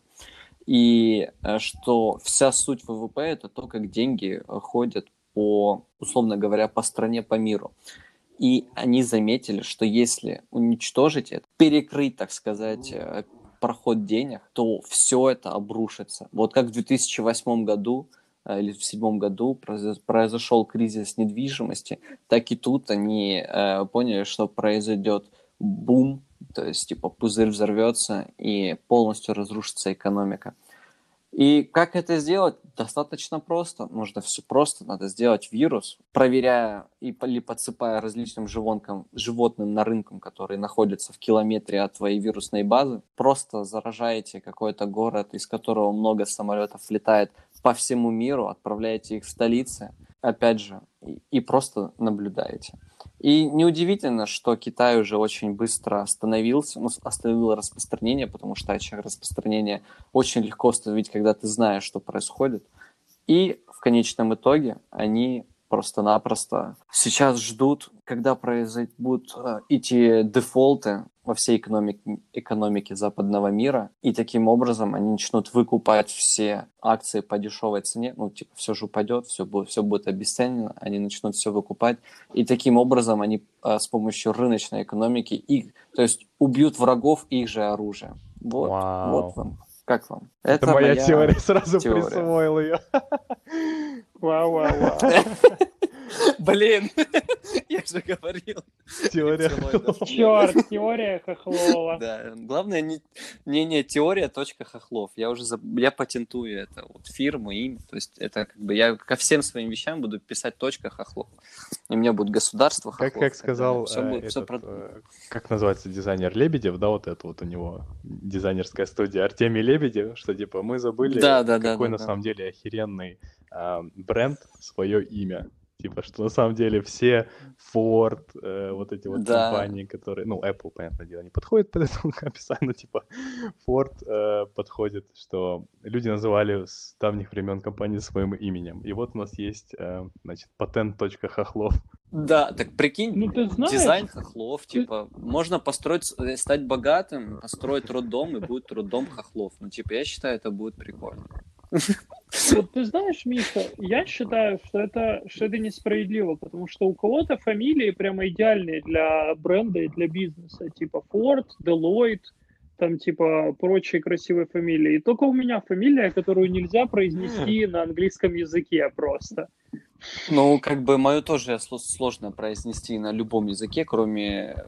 B: и э, что вся суть ВВП это то, как деньги э, ходят по, условно говоря, по стране, по миру. И они заметили, что если уничтожить это, перекрыть, так сказать, проход денег, то все это обрушится. Вот как в две тысячи восьмом году или в седьмом году произошел кризис недвижимости, так и тут они э, поняли, что произойдет бум, то есть типа пузырь взорвется и полностью разрушится экономика. И как это сделать? Достаточно просто. Нужно все просто. Надо сделать вирус, проверяя и, или подсыпая различным животным, животным на рынке, которые находятся в километре от твоей вирусной базы. Просто заражаете какой-то город, из которого много самолетов летает по всему миру, отправляете их в столицы, опять же, и, и просто наблюдаете. И неудивительно, что Китай уже очень быстро остановился, ну, остановил распространение, потому что очаг распространения очень легко остановить, когда ты знаешь, что происходит. И в конечном итоге они просто-напросто сейчас ждут, когда произойдут эти дефолты во всей экономике, экономике западного мира, и таким образом они начнут выкупать все акции по дешевой цене, ну, типа, все же упадет, все будет, все будет обесценено, они начнут все выкупать, и таким образом они а, с помощью рыночной экономики, их, то есть убьют врагов их же оружием. Вот, вот вам. Как вам?
A: Это, Это моя, моя теория, сразу теория. Присвоил ее.
C: Вау-вау-вау.
B: Блин, я же говорил.
A: Теория.
C: Черт, теория Хохлова.
B: Да, главное не, не, не теория точка Хохлов. Я уже заб... я патентую это, вот фирму, имя. То есть это как бы я ко всем своим вещам буду писать точка Хохлов. И у меня будет государство Хохлов.
A: Как, как сказал,
B: все будет,
A: э,
B: все
A: этот,
B: про...
A: э, как называется дизайнер Лебедев, да, вот это вот у него дизайнерская студия Артемий Лебедев, что типа мы забыли,
B: да, да,
A: какой
B: да,
A: на
B: да,
A: самом
B: да.
A: деле охеренный э, бренд, свое имя. Типа, что на самом деле все Ford, э, вот эти вот
B: да.
A: компании, которые... Ну, Apple, понятное дело, не подходит под это описание, но типа Ford э, подходит, что люди называли с давних времен компании своим именем. И вот у нас есть, э, значит, патент точка Хохлов.
B: Да, так прикинь,
C: ну, ты знаешь,
B: дизайн Хохлов, типа, ты... можно построить, стать богатым, построить роддом, и будет роддом Хохлов. Ну, типа, я считаю, это будет прикольно.
C: Вот ты знаешь, Миша, я считаю, что это, что это несправедливо, потому что у кого-то фамилии прямо идеальные для бренда и для бизнеса, типа Ford, Deloitte, там типа прочие красивые фамилии. И только у меня фамилия, которую нельзя произнести на английском языке просто.
B: Ну, как бы мою тоже сложно произнести на любом языке, кроме...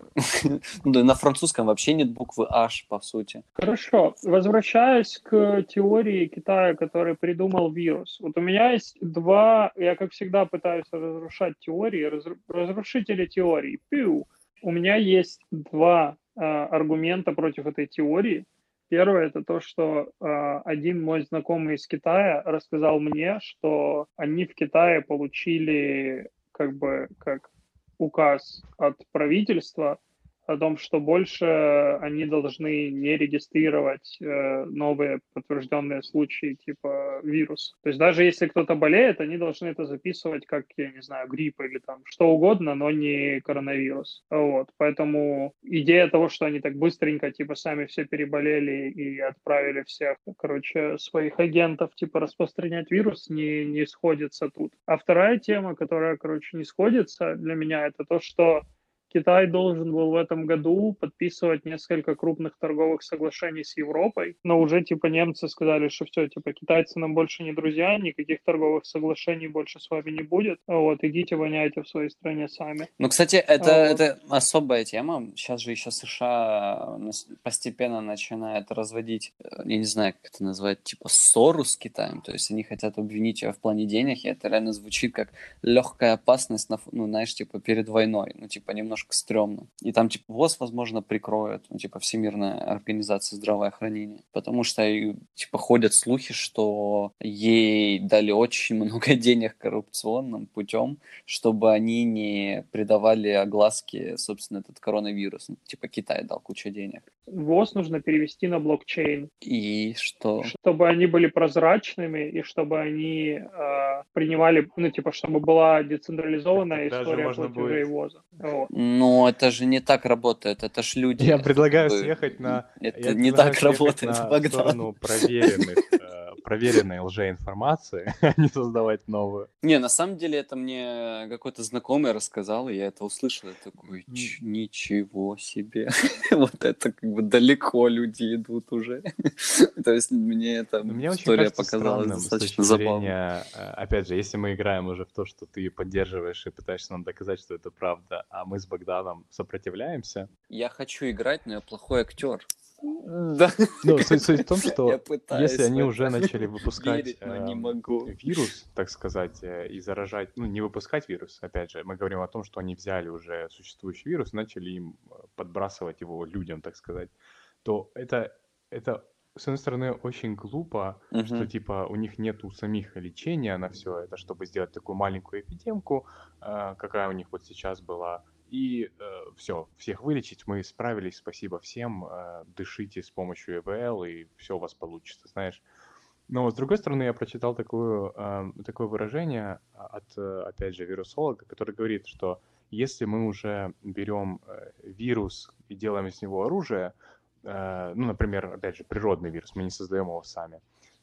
B: на французском вообще нет буквы H, по сути.
C: Хорошо. Возвращаясь к теории Китая, который придумал вирус. Вот у меня есть два... Я, как всегда, пытаюсь разрушать теории, разру... разрушители теорий. Пиу. У меня есть два э, аргумента против этой теории. Первое, это то, что э, один мой знакомый из Китая рассказал мне, что они в Китае получили как бы как указ от правительства о том, что больше они должны не регистрировать э, новые подтвержденные случаи типа вируса. То есть даже если кто-то болеет, они должны это записывать как, я не знаю, грипп или там что угодно, но не коронавирус. Вот. Поэтому идея того, что они так быстренько типа сами все переболели и отправили всех, короче, своих агентов типа распространять вирус, не, не сходится тут. А вторая тема, которая, короче, не сходится для меня, это то, что Китай должен был в этом году подписывать несколько крупных торговых соглашений с Европой, но уже типа немцы сказали, что все, типа китайцы нам больше не друзья, никаких торговых соглашений больше с вами не будет. Вот, идите воняйте в своей стране сами.
B: Ну, кстати, это, вот. это особая тема. Сейчас же еще США постепенно начинает разводить, я не знаю, как это назвать, типа ссору с Китаем. То есть они хотят обвинить ее в плане денег, и это реально звучит как легкая опасность, на, ну, знаешь, типа перед войной. Ну, типа немножко стрёмно. И там, типа, ВОЗ, возможно, прикроют, ну, типа, Всемирная организация здравоохранения. Потому что, типа, ходят слухи, что ей дали очень много денег коррупционным путем, чтобы они не придавали огласке, собственно, этот коронавирус. Ну, типа, Китай дал кучу денег.
C: ВОЗ нужно перевести на блокчейн.
B: И что?
C: Чтобы они были прозрачными, и чтобы они э, принимали, ну, типа, чтобы была децентрализованная
A: так,
C: история платежей
A: будет...
C: ВОЗа. Вот.
B: Но это же не так работает, это ж люди.
A: Я предлагаю
B: Вы...
A: съехать на...
B: Это
A: Я
B: не так работает,
A: на
B: Богдан.
A: сторону проверенных, проверенной лжеинформации, а не создавать новую.
B: Не, на самом деле это мне какой-то знакомый рассказал, и я это услышал, я такой, «Ч- ничего себе, вот это как бы далеко люди идут уже. То есть мне эта
A: Но мне очень
B: история
A: кажется
B: показалась
A: странным с точки
B: достаточно забавной.
A: зрения, э, опять же, если мы играем уже в то, что ты поддерживаешь и пытаешься нам доказать, что это правда, а мы с Богданом сопротивляемся.
B: Я хочу играть, но я плохой актер. Да.
A: Ну, суть, суть в том,
B: Я
A: что
B: пытаюсь
A: если они
B: в
A: уже
B: это
A: начали выпускать
B: верить, но не
A: эм,
B: могу.
A: вирус, так сказать, э, и заражать, ну, не выпускать вирус, опять же, мы говорим о том, что они взяли уже существующий вирус, начали им э, подбрасывать его людям, так сказать, то это, это с одной стороны, очень глупо, что,
B: Мгм.
A: типа, у них нет у самих лечения на все это, чтобы сделать такую маленькую эпидемку, э, какая у них вот сейчас была, и все, всех вылечить, мы справились, спасибо всем, э, дышите с помощью ИВЛ, и все у вас получится, знаешь. Но, с другой стороны, я прочитал такую, э, такое выражение от, э, опять же, вирусолога, который говорит, что если мы уже берем э, вирус и делаем из него оружие, э, ну, например, опять же, природный вирус, мы не создаем его сами,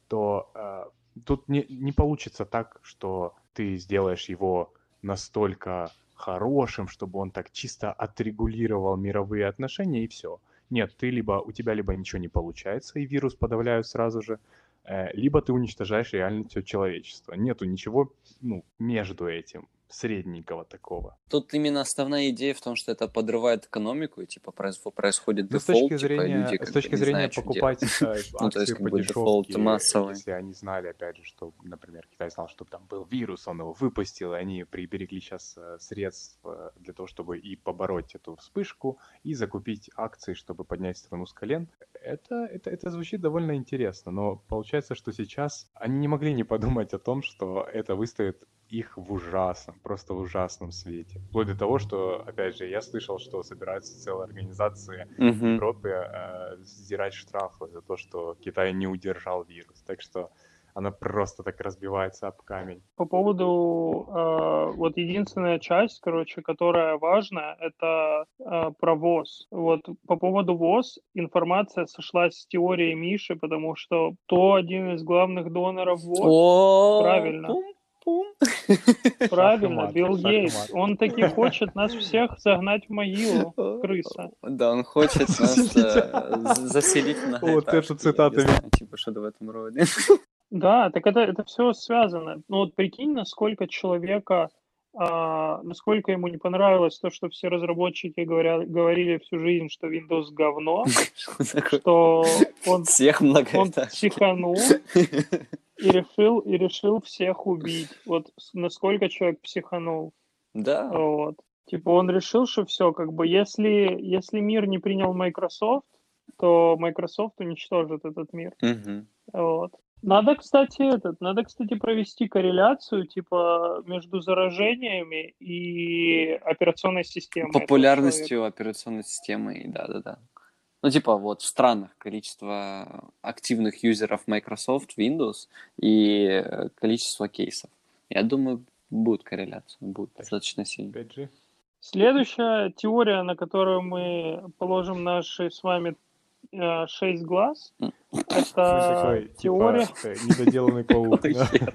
A: то э, тут не, не получится так, что ты сделаешь его настолько хорошим, чтобы он так чисто отрегулировал мировые отношения и все. Нет, ты либо, у тебя либо ничего не получается, и вирус подавляют сразу же, э, либо ты уничтожаешь реально все человечество. Нету ничего, ну, между этим, средненького такого.
B: Тут именно основная идея в том, что это подрывает экономику, и типа произ- происходит
A: Ну, с
B: дефолт,
A: точки
B: типа
A: зрения,
B: люди
A: с
B: как бы
A: точки
B: не
A: зрения
B: знают, что делать.
A: покупать э,
B: Ну, то есть
A: акции
B: как
A: по
B: бы дефолт
A: дешевке,
B: массовый.
A: если они знали, опять же, что, например, Китай знал, что там был вирус, он его выпустил, и они приберегли сейчас средств э, для того, чтобы и побороть эту вспышку, и закупить акции, чтобы поднять страну с колен. Это, это, это звучит довольно интересно, но получается, что сейчас они не могли не подумать о том, что это выставит их в ужасном, просто в ужасном свете. Вплоть до того, что, опять же, я слышал, что собираются целые организации в
B: Мгм.
A: Европе э, сдирать штрафы за то, что Китай не удержал вирус. Так что она просто так разбивается об камень.
C: По поводу, э, вот единственная часть, короче, которая важна, это э, про ВОЗ. Вот по поводу ВОЗ информация сошлась с теорией Миши, потому что то один из главных доноров ВОЗ,
B: О,
C: правильно,
B: пум-пум.
A: Шах и
C: правильно,
A: мат,
C: Билл
A: шах и
C: Гейтс,
A: мат.
C: он таки хочет нас всех загнать в могилу, крыса.
B: Да, он хочет нас э, з- заселить в
A: Вот эту
B: многоэтажки, я
A: цитату
B: не знаю, типа что-то в этом роде.
C: Да, так это, это все связано. Ну вот прикинь, насколько человека, а, насколько ему не понравилось то, что все разработчики говоря, говорили всю жизнь, что Windows говно, что он,
B: Всех
C: он
B: многоэтажки.
C: психанул и решил, и решил всех убить. Вот с- насколько человек психанул.
B: Да.
C: Вот. Типа он решил, что все, как бы, если, если мир не принял Microsoft, то Microsoft уничтожит этот мир.
B: Мгм.
C: Вот. Надо, кстати, этот, надо, кстати, провести корреляцию, типа, между заражениями и операционной системой этого человека.
B: Популярностью операционной системы, да-да-да. Ну, типа, вот в странах количество активных юзеров Microsoft, Windows и э, количество кейсов. Я думаю, будет корреляция, будет достаточно сильно.
A: пять джи.
C: Следующая теория, на которую мы положим наши с вами э, шесть глаз,
B: М.
C: это
A: Такой,
C: теория...
A: типа, э, недоделанный паук.
B: Какой
A: да.
B: хер?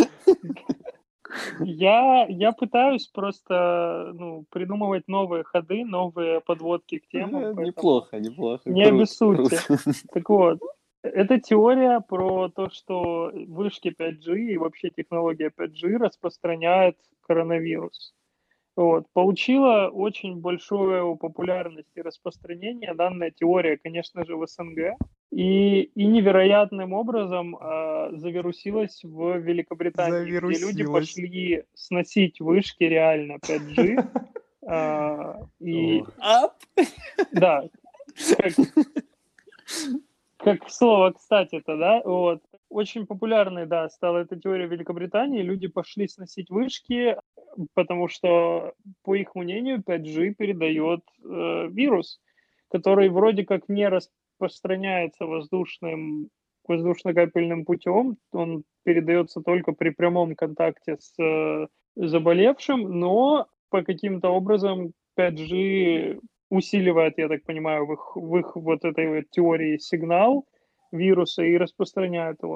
C: Я, я пытаюсь просто ну, придумывать новые ходы, новые подводки к темам.
B: Э,
C: поэтому
B: Неплохо, неплохо.
C: Не
B: Круто,
C: обессудьте.
B: круто.
C: Так вот, это теория про то, что вышки пять джи и вообще технология пять джи распространяет коронавирус. Вот. Получила очень большую популярность и распространение данная теория, конечно же, в СНГ. И, и невероятным образом э, завирусилась в Великобритании, где люди
A: Завирусилась.
C: пошли сносить вышки реально пять джи. э, и
A: Ох.
B: Ап!
C: да, как, как слово, кстати-то, да, вот. Очень популярной, да, стала эта теория в Великобритании. Люди пошли сносить вышки, потому что, по их мнению, пять джи передает э, вирус, который вроде как не распространяется воздушным, воздушно-капельным путем. Он передается только при прямом контакте с э, заболевшим, но по каким-то образом пять джи усиливает, я так понимаю, в их, в их вот этой вот теории сигнал вируса и распространяет его.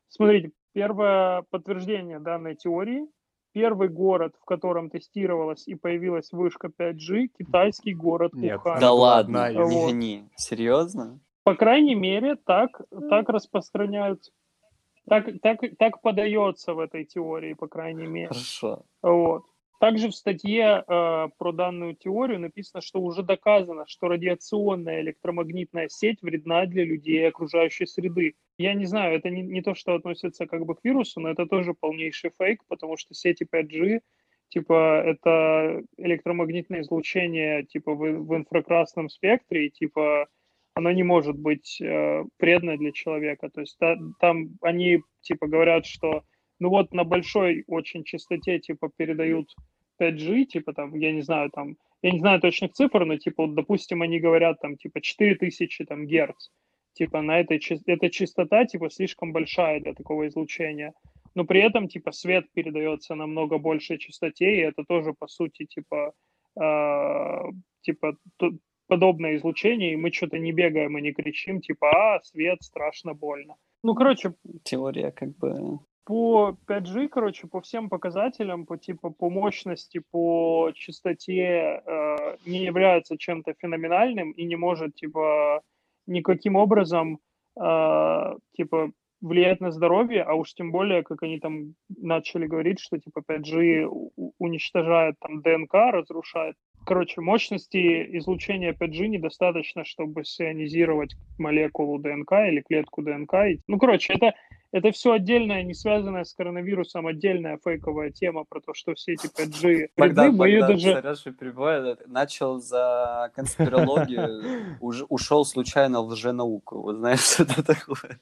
C: Смотрите, первое подтверждение данной теории. Первый город, в котором тестировалась и появилась вышка пять джи, китайский город
A: Нет,
C: Ухан.
B: Да
A: она была
B: ладно,
A: одна из-
B: не
C: Вот.
B: гони. Серьезно?
C: По крайней мере, так, так распространяют, так, так, так подается в этой теории, по крайней мере.
B: Хорошо.
C: Вот. Также в статье э, про данную теорию написано, что уже доказано, что радиационная электромагнитная сеть вредна для людей и окружающей среды. Я не знаю, это не, не то, что относится как бы к вирусу, но это тоже полнейший фейк, потому что сети пять джи, типа, это электромагнитное излучение, типа, в, в инфракрасном спектре, и, типа, оно не может быть э, вредно для человека. То есть та, там они, типа, говорят, что ну вот на большой очень частоте, типа, передают пять джи, типа, там, я не знаю, там, я не знаю точных цифр, но, типа, вот, допустим, они говорят, там, типа, четыре тысячи, там, герц, типа, на этой, эта частота, типа, слишком большая для такого излучения, но при этом, типа, свет передается на намного большей частоте, и это тоже, по сути, типа, э, типа, подобное излучение, и мы что-то не бегаем и не кричим, типа, а, свет, страшно, больно. Ну, короче,
B: теория как бы...
C: По пять джи, короче, по всем показателям, по типа по мощности, по частоте э, не является чем-то феноменальным и не может типа никаким образом э, типа влиять на здоровье, а уж тем более, как они там начали говорить, что типа пять джи уничтожает там ДНК, разрушает. Короче, мощности излучения пять джи недостаточно, чтобы сионизировать молекулу ДНК или клетку ДНК. Ну, короче, это это все отдельная, не связанная с коронавирусом, отдельная фейковая тема про то, что все эти пять джи вредны.
B: Богдан,
C: Мы ее
B: Богдан,
C: даже...
B: сорян, что перебиваю, начал за конспирологию, уж, ушел случайно в лженауку. Вы знаете, что это такое?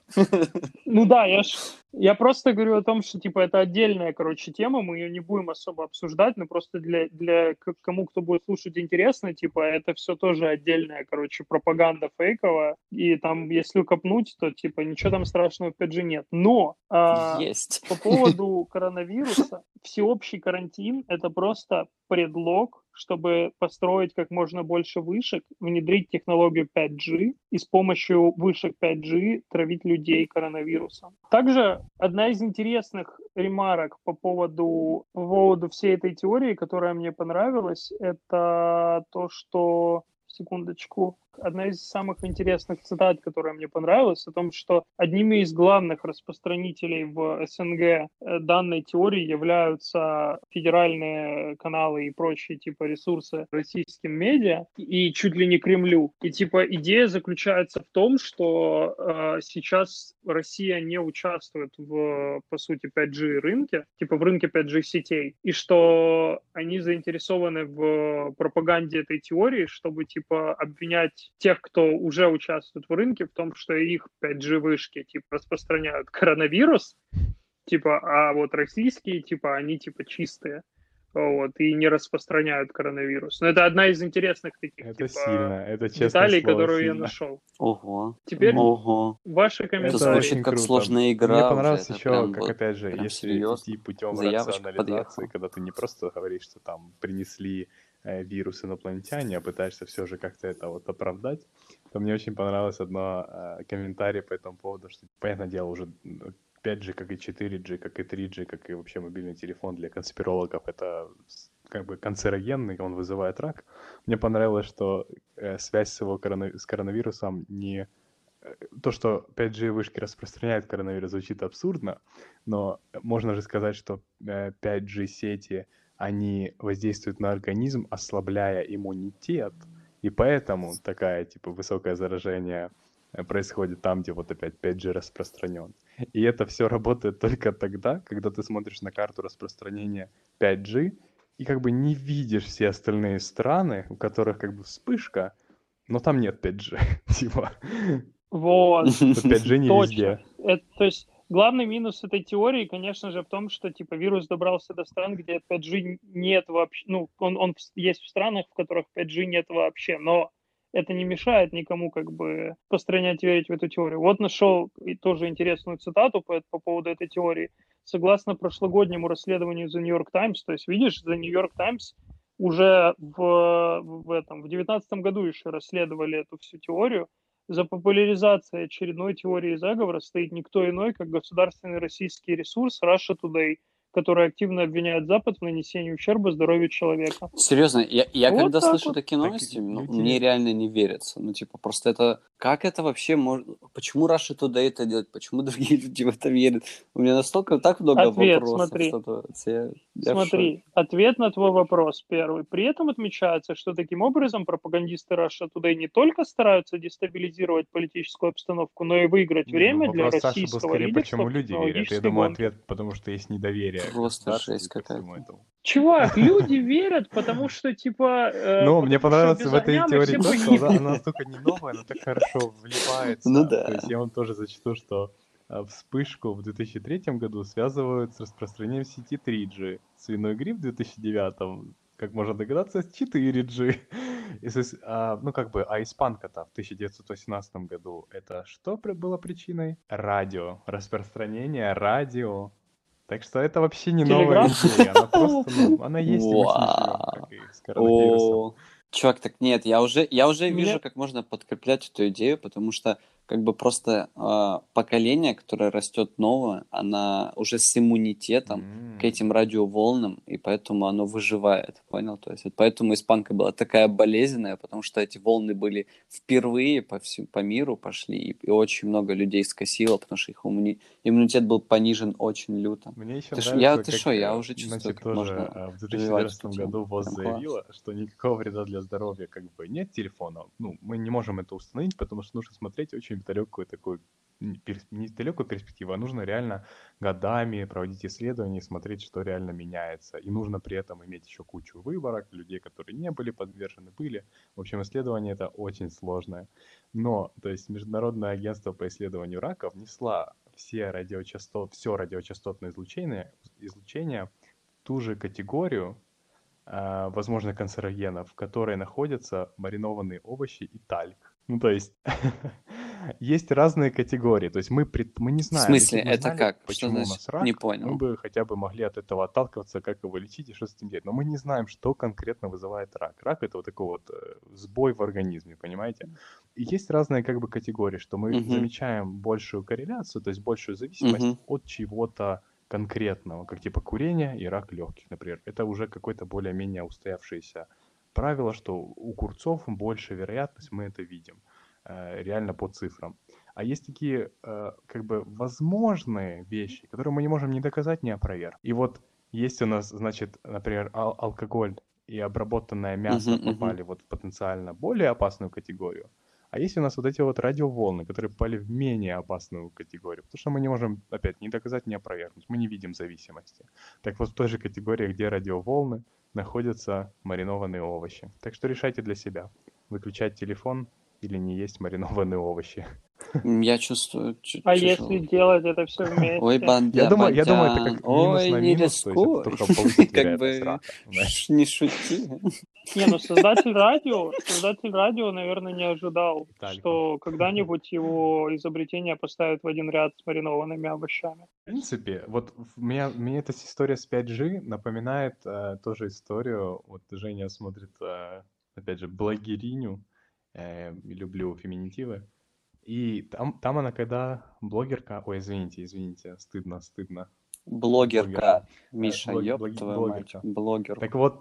C: Ну да, я, ж, я просто говорю о том, что типа это отдельная, короче, тема, мы ее не будем особо обсуждать, но просто для, для кому, кто будет слушать, интересно, типа это все тоже отдельная, короче, пропаганда фейковая, и там, если копнуть, то типа ничего там страшного в пять джи нет. Но а,
B: Есть.
C: по поводу коронавируса, всеобщий карантин – это просто предлог, чтобы построить как можно больше вышек, внедрить технологию пять джи и с помощью вышек пять джи травить людей коронавирусом. Также одна из интересных ремарок по поводу, по поводу всей этой теории, которая мне понравилась, это то, что... Секундочку. Одна из самых интересных цитат, которая мне понравилась, о том, что одними из главных распространителей в СНГ данной теории являются федеральные каналы и прочие типа ресурсы российским медиа и чуть ли не Кремлю. И типа идея заключается в том, что э, сейчас Россия не участвует в, по сути, пять джи рынке, типа в рынке пять джи сетей, и что они заинтересованы в пропаганде этой теории, чтобы типа обвинять тех, кто уже участвует в рынке, в том, что их пять джи вышки типа распространяют коронавирус, типа, а вот российские, типа, они типа чистые, вот, и не распространяют коронавирус. Но это одна из интересных таких
A: Это
C: типа
A: сильно, это честное
C: деталей,
A: слово,
C: которую я
A: сильно.
C: нашел.
B: Ого.
C: Теперь
B: Ого.
C: ваши
B: Это
C: комментарии.
B: звучит
A: очень
B: как
A: круто.
B: сложная игра.
A: Мне
B: уже,
A: понравилось
B: это
A: еще,
B: прям
A: как
B: вот
A: опять же,
B: прям
A: если
B: серьезно.
A: идти путем
B: Заявочка
A: рационализации,
B: подъехала.
A: когда ты не просто говоришь, что там принесли э, вирус инопланетяне, а пытаешься все же как-то это вот оправдать, то мне очень понравилось одно э, комментарий по этому поводу, что, понятное дело, уже пять джи, как и четыре джи, как и три джи, как и вообще мобильный телефон для конспирологов, это как бы канцерогенный, он вызывает рак. Мне понравилось, что э, связь с его корона... с коронавирусом не... То, что пять джи вышки распространяют коронавирус, звучит абсурдно, но можно же сказать, что э, пять джи сети, они воздействуют на организм, ослабляя иммунитет, и поэтому такая, типа, высокое заражение происходит там, где вот опять пять джи распространен. И это все работает только тогда, когда ты смотришь на карту распространения пять джи и как бы не видишь все остальные страны, у которых как бы вспышка, но там нет пять джи. Типа,
C: Вот,
A: пять джи не
C: точно.
A: везде.
C: Это, то есть главный минус этой теории, конечно же, в том, что типа вирус добрался до стран, где пять джи нет вообще. Ну, он, он есть в странах, в которых пять джи нет вообще, но это не мешает никому как бы постранять верить в эту теорию. Вот нашел и тоже интересную цитату по, по поводу этой теории. Согласно прошлогоднему расследованию The New York Times, то есть, видишь, The New York Times уже в, в этом, в девятнадцатом году еще расследовали эту всю теорию, За популяризацией очередной теории заговора стоит никто иной, как государственный российский ресурс Russia Today, который активно обвиняет Запад в нанесении ущерба здоровью человека.
B: Серьезно, я, я
C: Вот
B: когда
C: так
B: слышу
C: вот.
B: такие
A: Так
B: новости, ну,
A: люди-
B: мне реально не верится. Ну, типа, просто это... Как это вообще может... Почему Russia Today это делает? Почему другие люди в это верят? У меня настолько так много
C: Ответ,
B: вопросов.
C: смотри.
B: становится. Я, я в шоке.
C: Смотри, ответ на твой вопрос первый. При этом отмечается, что таким образом пропагандисты Russia Today не только стараются дестабилизировать политическую обстановку, но и выиграть
A: Не, ну,
C: время для
A: вопрос Саши был
C: российского
A: скорее,
C: лидерства
A: почему
C: в
A: люди верят. Я
C: технологической
A: думаю,
C: гонке.
A: ответ, потому что есть недоверие к
B: Просто
A: государству
B: жесть
A: и ко всему
B: какая-то.
A: этому.
C: Чувак, люди верят, потому что, типа... э,
A: Ну,
C: потому
A: мне
C: что
A: понравилось
C: без
A: в этой
C: огня мы
A: теории
C: все
A: то, что она,
C: погибнем.
A: она настолько не новая, но так хорошо вливается.
B: Ну да.
A: То есть я вам тоже зачту, что а, вспышку в две тысячи третьем году связывают с распространением сети три джи. Свиной грипп в две тысячи девятом, как можно догадаться, с четыре джи. И, сос- а, ну, как бы, а испанка-то в тысяча девятьсот восемнадцатом году, это что при- было причиной? Радио. Распространение радио. Так что это вообще не новая
C: Телеграф?
A: идея, она просто, ну, она есть, и мы с ней живем,
B: Вау.
A: как и с коронавирусом.
B: О, чувак, так нет, я уже, я уже
C: Мне-
B: вижу, как можно подкреплять эту идею, потому что как бы просто э, поколение, которое растет новое, она уже с иммунитетом
A: М.
B: к этим радиоволнам, и поэтому оно выживает, понял? То есть вот поэтому испанка была такая болезненная, потому что эти волны были впервые по всему, по миру пошли, и, и очень много людей скосило, потому что их иммуни- иммунитет был понижен очень люто.
A: Мне еще
B: Ты ш-
A: нравится,
B: я, ты
A: как,
B: что, я
A: э,
B: уже чувствую,
A: значит,
B: как
A: тоже
B: можно
A: э, в
B: развивать эту
A: две тысячи четырнадцатом
B: тему.
A: году ВОЗ
B: Прям класс.
A: заявила, что никакого вреда для здоровья как бы нет телефона. Ну, мы не можем это установить, потому что нужно смотреть очень далекую такую, м, перс- не далекую перспективу, а нужно реально годами проводить исследования и смотреть, что реально меняется. И нужно при этом иметь еще кучу выборок, людей, которые не были подвержены, были. В общем, исследование это очень сложное. Но, то есть, Международное агентство по исследованию рака внесла все радиочастот, все радиочастотное излучение, излучение в ту же категорию а, возможных канцерогенов, в которой находятся маринованные овощи и тальк. Ну, то есть, есть разные категории. То есть мы, пред- мы не
B: В
A: знаем, если
B: смысле,
A: бы мы
B: это
A: знали,
B: как? Что
A: почему у
B: значит?
A: нас
B: Не
A: рак, мы
B: понял.
A: бы хотя бы могли от этого отталкиваться, как его лечить и что с этим делать. Но мы не знаем, что конкретно вызывает рак. Рак это вот такой вот э, сбой в организме, понимаете? И есть разные как бы категории, что мы
B: Мгм.
A: замечаем большую корреляцию, то есть большую зависимость
B: Мгм.
A: от чего-то конкретного, как типа курения и рак легких, например. Это уже какое-то более-менее устоявшееся правило, что у курцов больше вероятность, мы это видим э, реально по цифрам. А есть такие э, как бы возможные вещи, которые мы не можем ни доказать, ни опровергнуть. И вот есть у нас, значит, например, ал- алкоголь и обработанное мясо
B: Мгм, мгм.
A: попали вот в потенциально более опасную категорию, а есть у нас вот эти вот радиоволны, которые попали в менее опасную категорию, потому что мы не можем, опять, ни доказать, ни опровергнуть, мы не видим зависимости. Так вот в той же категории, где радиоволны, находятся маринованные овощи. Так что решайте для себя, выключать телефон или не есть маринованные овощи.
B: М, Я чувствую чуть
C: А
B: чуть-
C: если делать это все
B: Ой,
C: вместе?
B: банда,
A: Я думаю, я думаю, это
B: бандян.
A: как минус
B: Ой,
A: на
B: не
A: минус, то есть это
B: рискуй.
A: только повысит
B: Как
A: вероятность
B: бы
A: рака. знаешь.
B: ш- не шути.
C: Не, ну создатель радио, создатель радио, наверное, не ожидал,
A: Талька.
C: что когда-нибудь его изобретение поставят в один ряд с маринованными овощами.
A: В принципе, вот в- меня, мне эта история с пять джи напоминает э, тоже историю. Вот Женя смотрит, э, опять же, блогериню. э, люблю феминитивы. И там, там она когда блогерка... Ой, извините, извините, стыдно, стыдно.
B: Блогерка.
A: Э,
B: Миша,
A: блог-
B: ёб
A: блог-
B: твою мать.
A: блогерка.
B: Блогерка.
A: Так вот,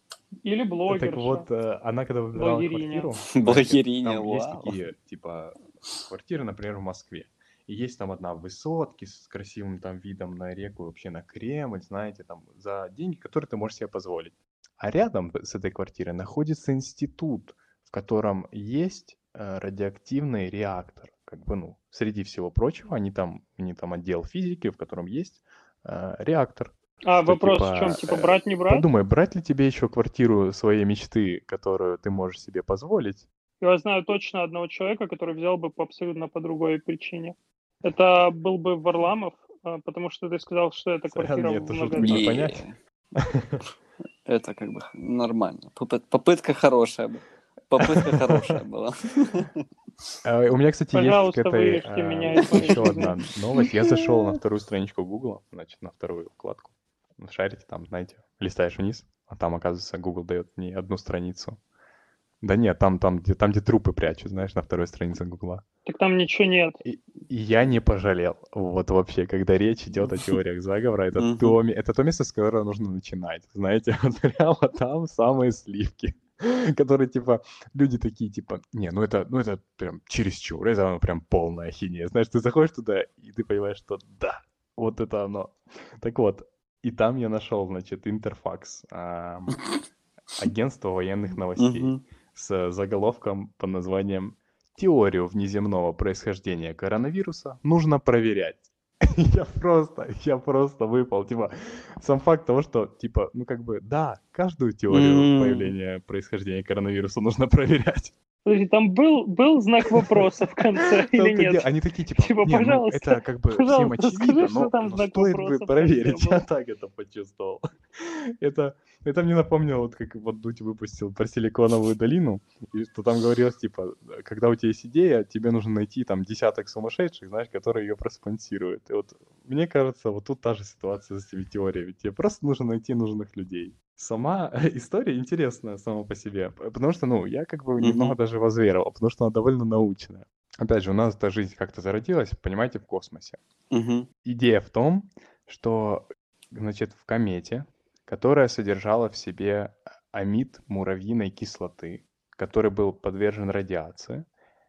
C: Или
A: так
C: блогерша,
A: вот, э, она когда выбирала
C: блогериня.
A: квартиру, знаете,
B: Блогериня,
A: там есть
B: вау.
A: такие, типа, квартиры, например, в Москве. И есть там одна в высотке с красивым там видом на реку, вообще на Кремль, знаете, там за деньги, которые ты можешь себе позволить. А рядом с этой квартирой находится институт, в котором есть э, радиоактивный реактор. Как бы, ну, среди всего прочего, они там, они там отдел физики, в котором есть э, реактор.
C: А
A: Что
C: вопрос в чем?
A: типа,
C: Типа
A: э,
C: брать, не брать?
A: подумай, брать ли тебе еще квартиру своей мечты, которую ты можешь себе позволить?
C: Я знаю точно одного человека, который взял бы по абсолютно по другой причине. Это был бы Варламов, а, потому что ты сказал, что это
A: Сорян,
C: квартира
A: мне
C: в
A: эту шутку не
C: многоэтажке.
A: понять.
B: Е. Это как бы нормально. Попыт- Попытка хорошая была. Попытка хорошая была.
A: А, У меня, кстати, есть к
C: Пожалуйста,
A: этой
C: вырежьте меня из
A: а,
C: моей
A: еще
C: жизни.
A: одна новость. Я зашел на вторую страничку Гугла, значит, на вторую вкладку. Шарите там, знаете, листаешь вниз, а там, оказывается, Google дает мне одну страницу Да нет, там, там, где, там, где трупы прячут, знаешь, на второй странице Гугла.
C: Так там ничего нет.
A: И, и я не пожалел. Вот вообще, когда речь идет о теориях заговора, это
B: Мгм.
A: то, ме- это то место, с которого нужно начинать. Знаете, вот прямо там самые сливки, которые, типа, люди такие, типа, не, ну это, ну это прям чересчур, это ну, прям полная ахинея. Знаешь, ты заходишь туда, и ты понимаешь, что да, вот это оно. Так вот, и там я нашел, значит, Интерфакс, ам, агентство военных новостей,
B: Мгм.
A: с заголовком под названием «Теорию внеземного происхождения коронавируса нужно проверять». Я просто, я просто выпал. Типа, сам факт того, что, типа, ну как бы, да, каждую теорию
B: М.
A: появления происхождения коронавируса нужно проверять.
C: Подожди, там был, был знак вопроса в конце
A: В
C: или
A: том-то и
C: нет?
A: дело, они такие, типа,
C: Типа,
A: не, ну
C: пожалуйста,
A: это как бы всем
C: пожалуйста,
A: очевидно,
C: скажи, что
A: но,
C: там
A: но
C: знак
A: стоит бы
C: вопроса в конце
A: проверить. Я
C: был.
A: так это почувствовал. Это, это мне напомнило, вот как вот Дудь выпустил про Силиконовую долину, и что там говорилось, типа, когда у тебя есть идея, тебе нужно найти там десяток сумасшедших, знаешь, которые ее проспонсируют. И вот мне кажется, вот тут та же ситуация с этими теориями. Тебе просто нужно найти нужных людей. Сама история интересная сама по себе, п- потому что, ну, я как бы немного
B: Мгм.
A: даже возверовал, потому что она довольно научная. Опять же, у нас эта жизнь как-то зародилась, понимаете, в космосе.
B: Мгм.
A: Идея в том, что, значит, в комете, которая содержала в себе амид муравьиной кислоты, который был подвержен радиации,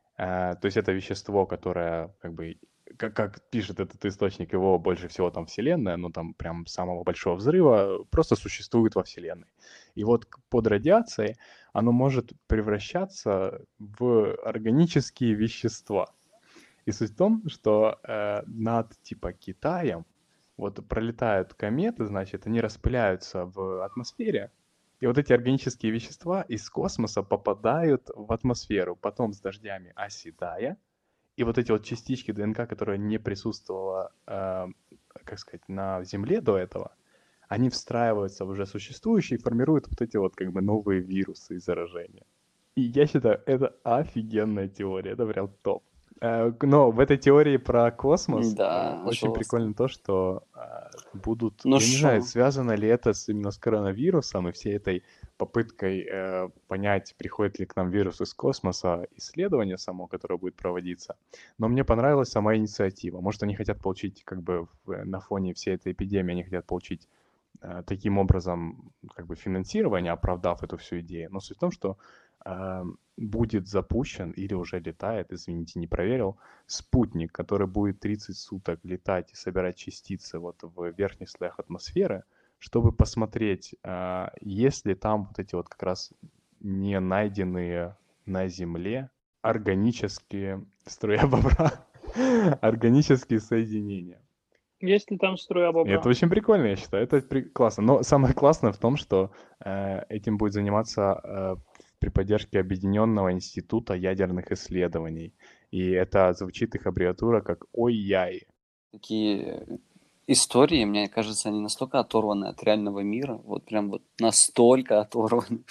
A: э, то есть это вещество, которое, как бы, как, как пишет этот источник, его больше всего там Вселенная, ну там прям самого большого взрыва, просто существует во Вселенной. И вот к- под радиацией оно может превращаться в органические вещества. И суть в том, что э, над типа Китаем вот пролетают кометы, значит, они распыляются в атмосфере, и вот эти органические вещества из космоса попадают в атмосферу, потом с дождями оседая, и вот эти вот частички ДНК, которая не присутствовала, э, как сказать, на Земле до этого, они встраиваются в уже существующие и формируют вот эти вот как бы новые вирусы и заражения. И я считаю, это офигенная теория, это прям топ. Э, Но в этой теории про космос э,
B: Да,
A: очень
B: жестко.
A: прикольно то, что э, будут,
B: Ну
A: я не знаю,
B: шо?
A: связано ли это с, именно с коронавирусом и всей этой попыткой э, понять, приходит ли к нам вирус из космоса, исследование само, которое будет проводиться. Но мне понравилась сама инициатива. Может, они хотят получить, как бы в- на фоне всей этой эпидемии, они хотят получить э, таким образом как бы финансирование, оправдав эту всю идею. Но суть в том, что э, будет запущен или уже летает, извините, не проверил, спутник, который будет тридцать суток летать и собирать частицы вот в верхних слоях атмосферы, чтобы посмотреть, э, есть ли там вот эти вот как раз не найденные на Земле органические струя бобра, органические соединения.
C: Есть ли там струя
A: И это
C: бобра?
A: очень прикольно, я считаю. Это при- классно. Но самое классное в том, что э, этим будет заниматься э, при поддержке Объединенного института ядерных исследований. И это звучит их аббревиатура как ОИЯИ.
B: Такие истории, мне кажется, они настолько оторваны от реального мира, вот прям вот настолько оторваны,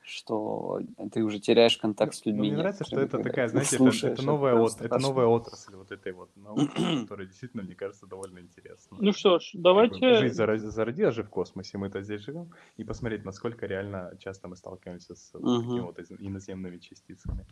B: что ты уже теряешь контакт
A: Ну,
B: с
A: но
B: людьми
A: мне нравится, что
B: некоторыми,
A: это
B: когда
A: такая,
B: их
A: знаете, это, это,
B: слушаешь. Это
A: новая,
B: прям
A: от, это новая
B: страшно.
A: отрасль вот этой вот науки, которая действительно, мне кажется, довольно интересна.
C: Ну что ж,
A: Как бы
C: давайте,
A: жизнь заро- зародилась же в космосе, мы-то здесь живем, и посмотреть, насколько реально часто мы сталкиваемся с вот такими
B: Мгм.
A: вот из- иноземными частицами.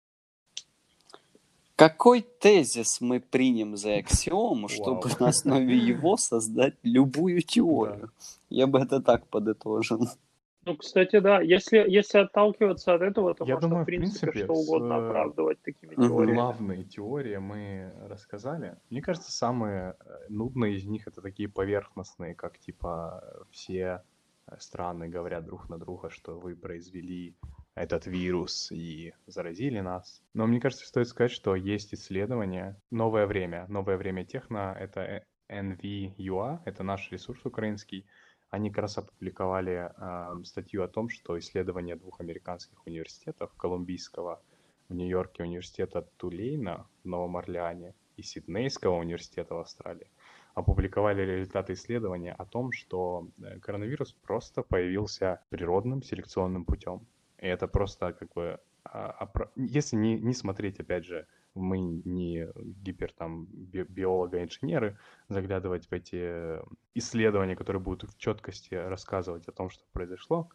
B: Какой тезис мы примем за аксиому, чтобы
A: Вау.
B: на основе его создать любую
A: Да.
B: теорию? Я бы это так подытожил.
C: ну, кстати, да, если, если отталкиваться от этого, то
A: Я
C: можно, в
A: думаю, в
C: принципе,
A: принципе,
C: что
A: с
C: угодно
A: э,
C: оправдывать такими
B: Мгм.
C: теориями.
A: главные теории мы рассказали. Мне кажется, самые э, нудные из них это такие поверхностные, как типа э, все э, страны говорят друг на друга, что вы произвели этот вирус и заразили нас. Но мне кажется, стоит сказать, что есть исследования. Новое время, новое время техно, это э, эн ви ю эй, это наш ресурс украинский. Они как раз опубликовали э, статью о том, что исследования двух американских университетов, Колумбийского в Нью-Йорке, университета Тулейна в Новом Орлеане и Сиднейского университета в Австралии, опубликовали результаты исследования о том, что э, коронавирус просто появился природным селекционным путем. И это просто как бы, а, опра- если не, не смотреть, опять же, мы не гипер там би- биолога-инженеры, заглядывать в эти исследования, которые будут в четкости рассказывать о том, что произошло,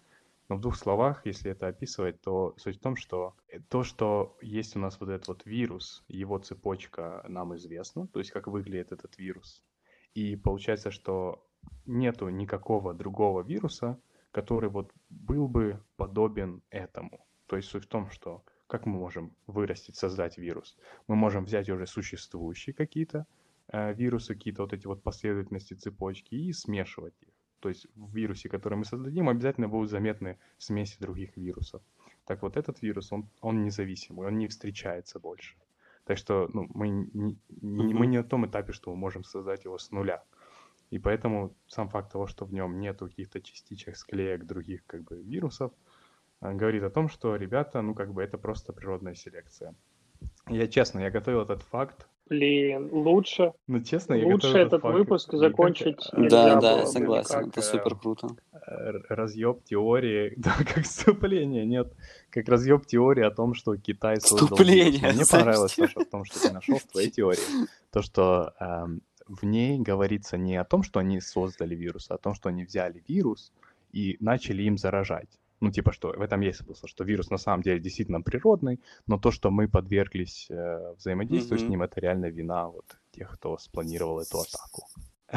A: Но в двух словах, если это описывать, то суть в том, что то, что есть у нас вот этот вот вирус, его цепочка нам известна, то есть как выглядит этот вирус. И получается, что нету никакого другого вируса, который вот был бы подобен этому. То есть суть в том, что как мы можем вырастить, создать вирус? Мы можем взять уже существующие какие-то э, вирусы, какие-то вот эти вот последовательности цепочки и смешивать их. То есть в вирусе, который мы создадим, обязательно будут заметны смеси других вирусов. Так вот этот вирус, он, он независимый, он не встречается больше. Так что ну, мы, не, не, мы не на том этапе, что мы можем создать его с нуля. И поэтому сам факт того, что в нем нету каких-то частичек, склеек других как бы вирусов, говорит о том, что, ребята, ну как бы это просто природная селекция. Я честно, я готовил этот факт.
C: Блин, лучше,
A: Ну честно, я
C: лучше
A: готовил
C: этот
A: факт
C: выпуск
A: не
C: закончить
A: как,
C: нельзя
B: Да, да,
C: было
B: я
C: бы
B: согласен,
C: никак.
B: это супер круто.
A: разъеб теории, да, как вступление, нет, как разъеб теории о том, что Китай создал
B: Вступление,
A: вирус. Но мне
B: зачем?
A: понравилось, Саша, в том, что ты нашел в твоей теории, то, что эм, в ней говорится не о том, что они создали вирус, а о том, что они взяли вирус и начали им заражать. Ну, типа, что в этом есть смысл, что вирус на самом деле действительно природный, но то, что мы подверглись э, взаимодействию
B: Мгм.
A: с ним, это реально вина вот тех, кто спланировал эту атаку.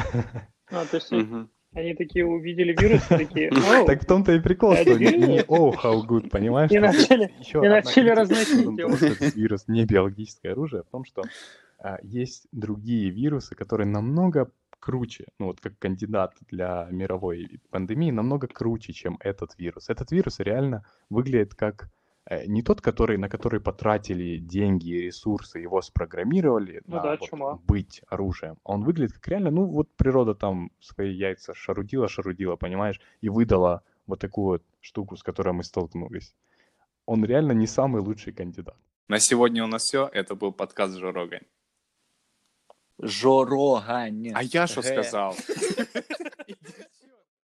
C: А, то есть
B: Мгм.
C: они такие увидели вирус и такие, оу,
A: Так в том-то и прикол, что
C: that's
A: не
C: good.
A: oh, how good, понимаешь?
C: И
A: Что тут
C: начали,
A: еще
C: и
A: одна
C: начали
A: критика
C: разносить
A: в том,
C: его.
A: что этот вирус не биологическое оружие, в том, что а, есть другие вирусы, которые намного круче, ну вот как кандидат для мировой пандемии, намного круче, чем этот вирус. Этот вирус реально выглядит как э, не тот, который, на который потратили деньги и ресурсы, его спрограммировали
C: Ну
A: на
C: да,
A: вот
C: чума.
A: быть оружием. Он выглядит как реально, ну вот природа там свои яйца шарудила-шарудила, понимаешь, и выдала вот такую вот штуку, с которой мы столкнулись. Он реально не самый лучший кандидат.
D: На сегодня у нас все. Это был подкаст Джо Рогань.
B: Жорогань.
D: А я что
B: Гэ.
D: сказал?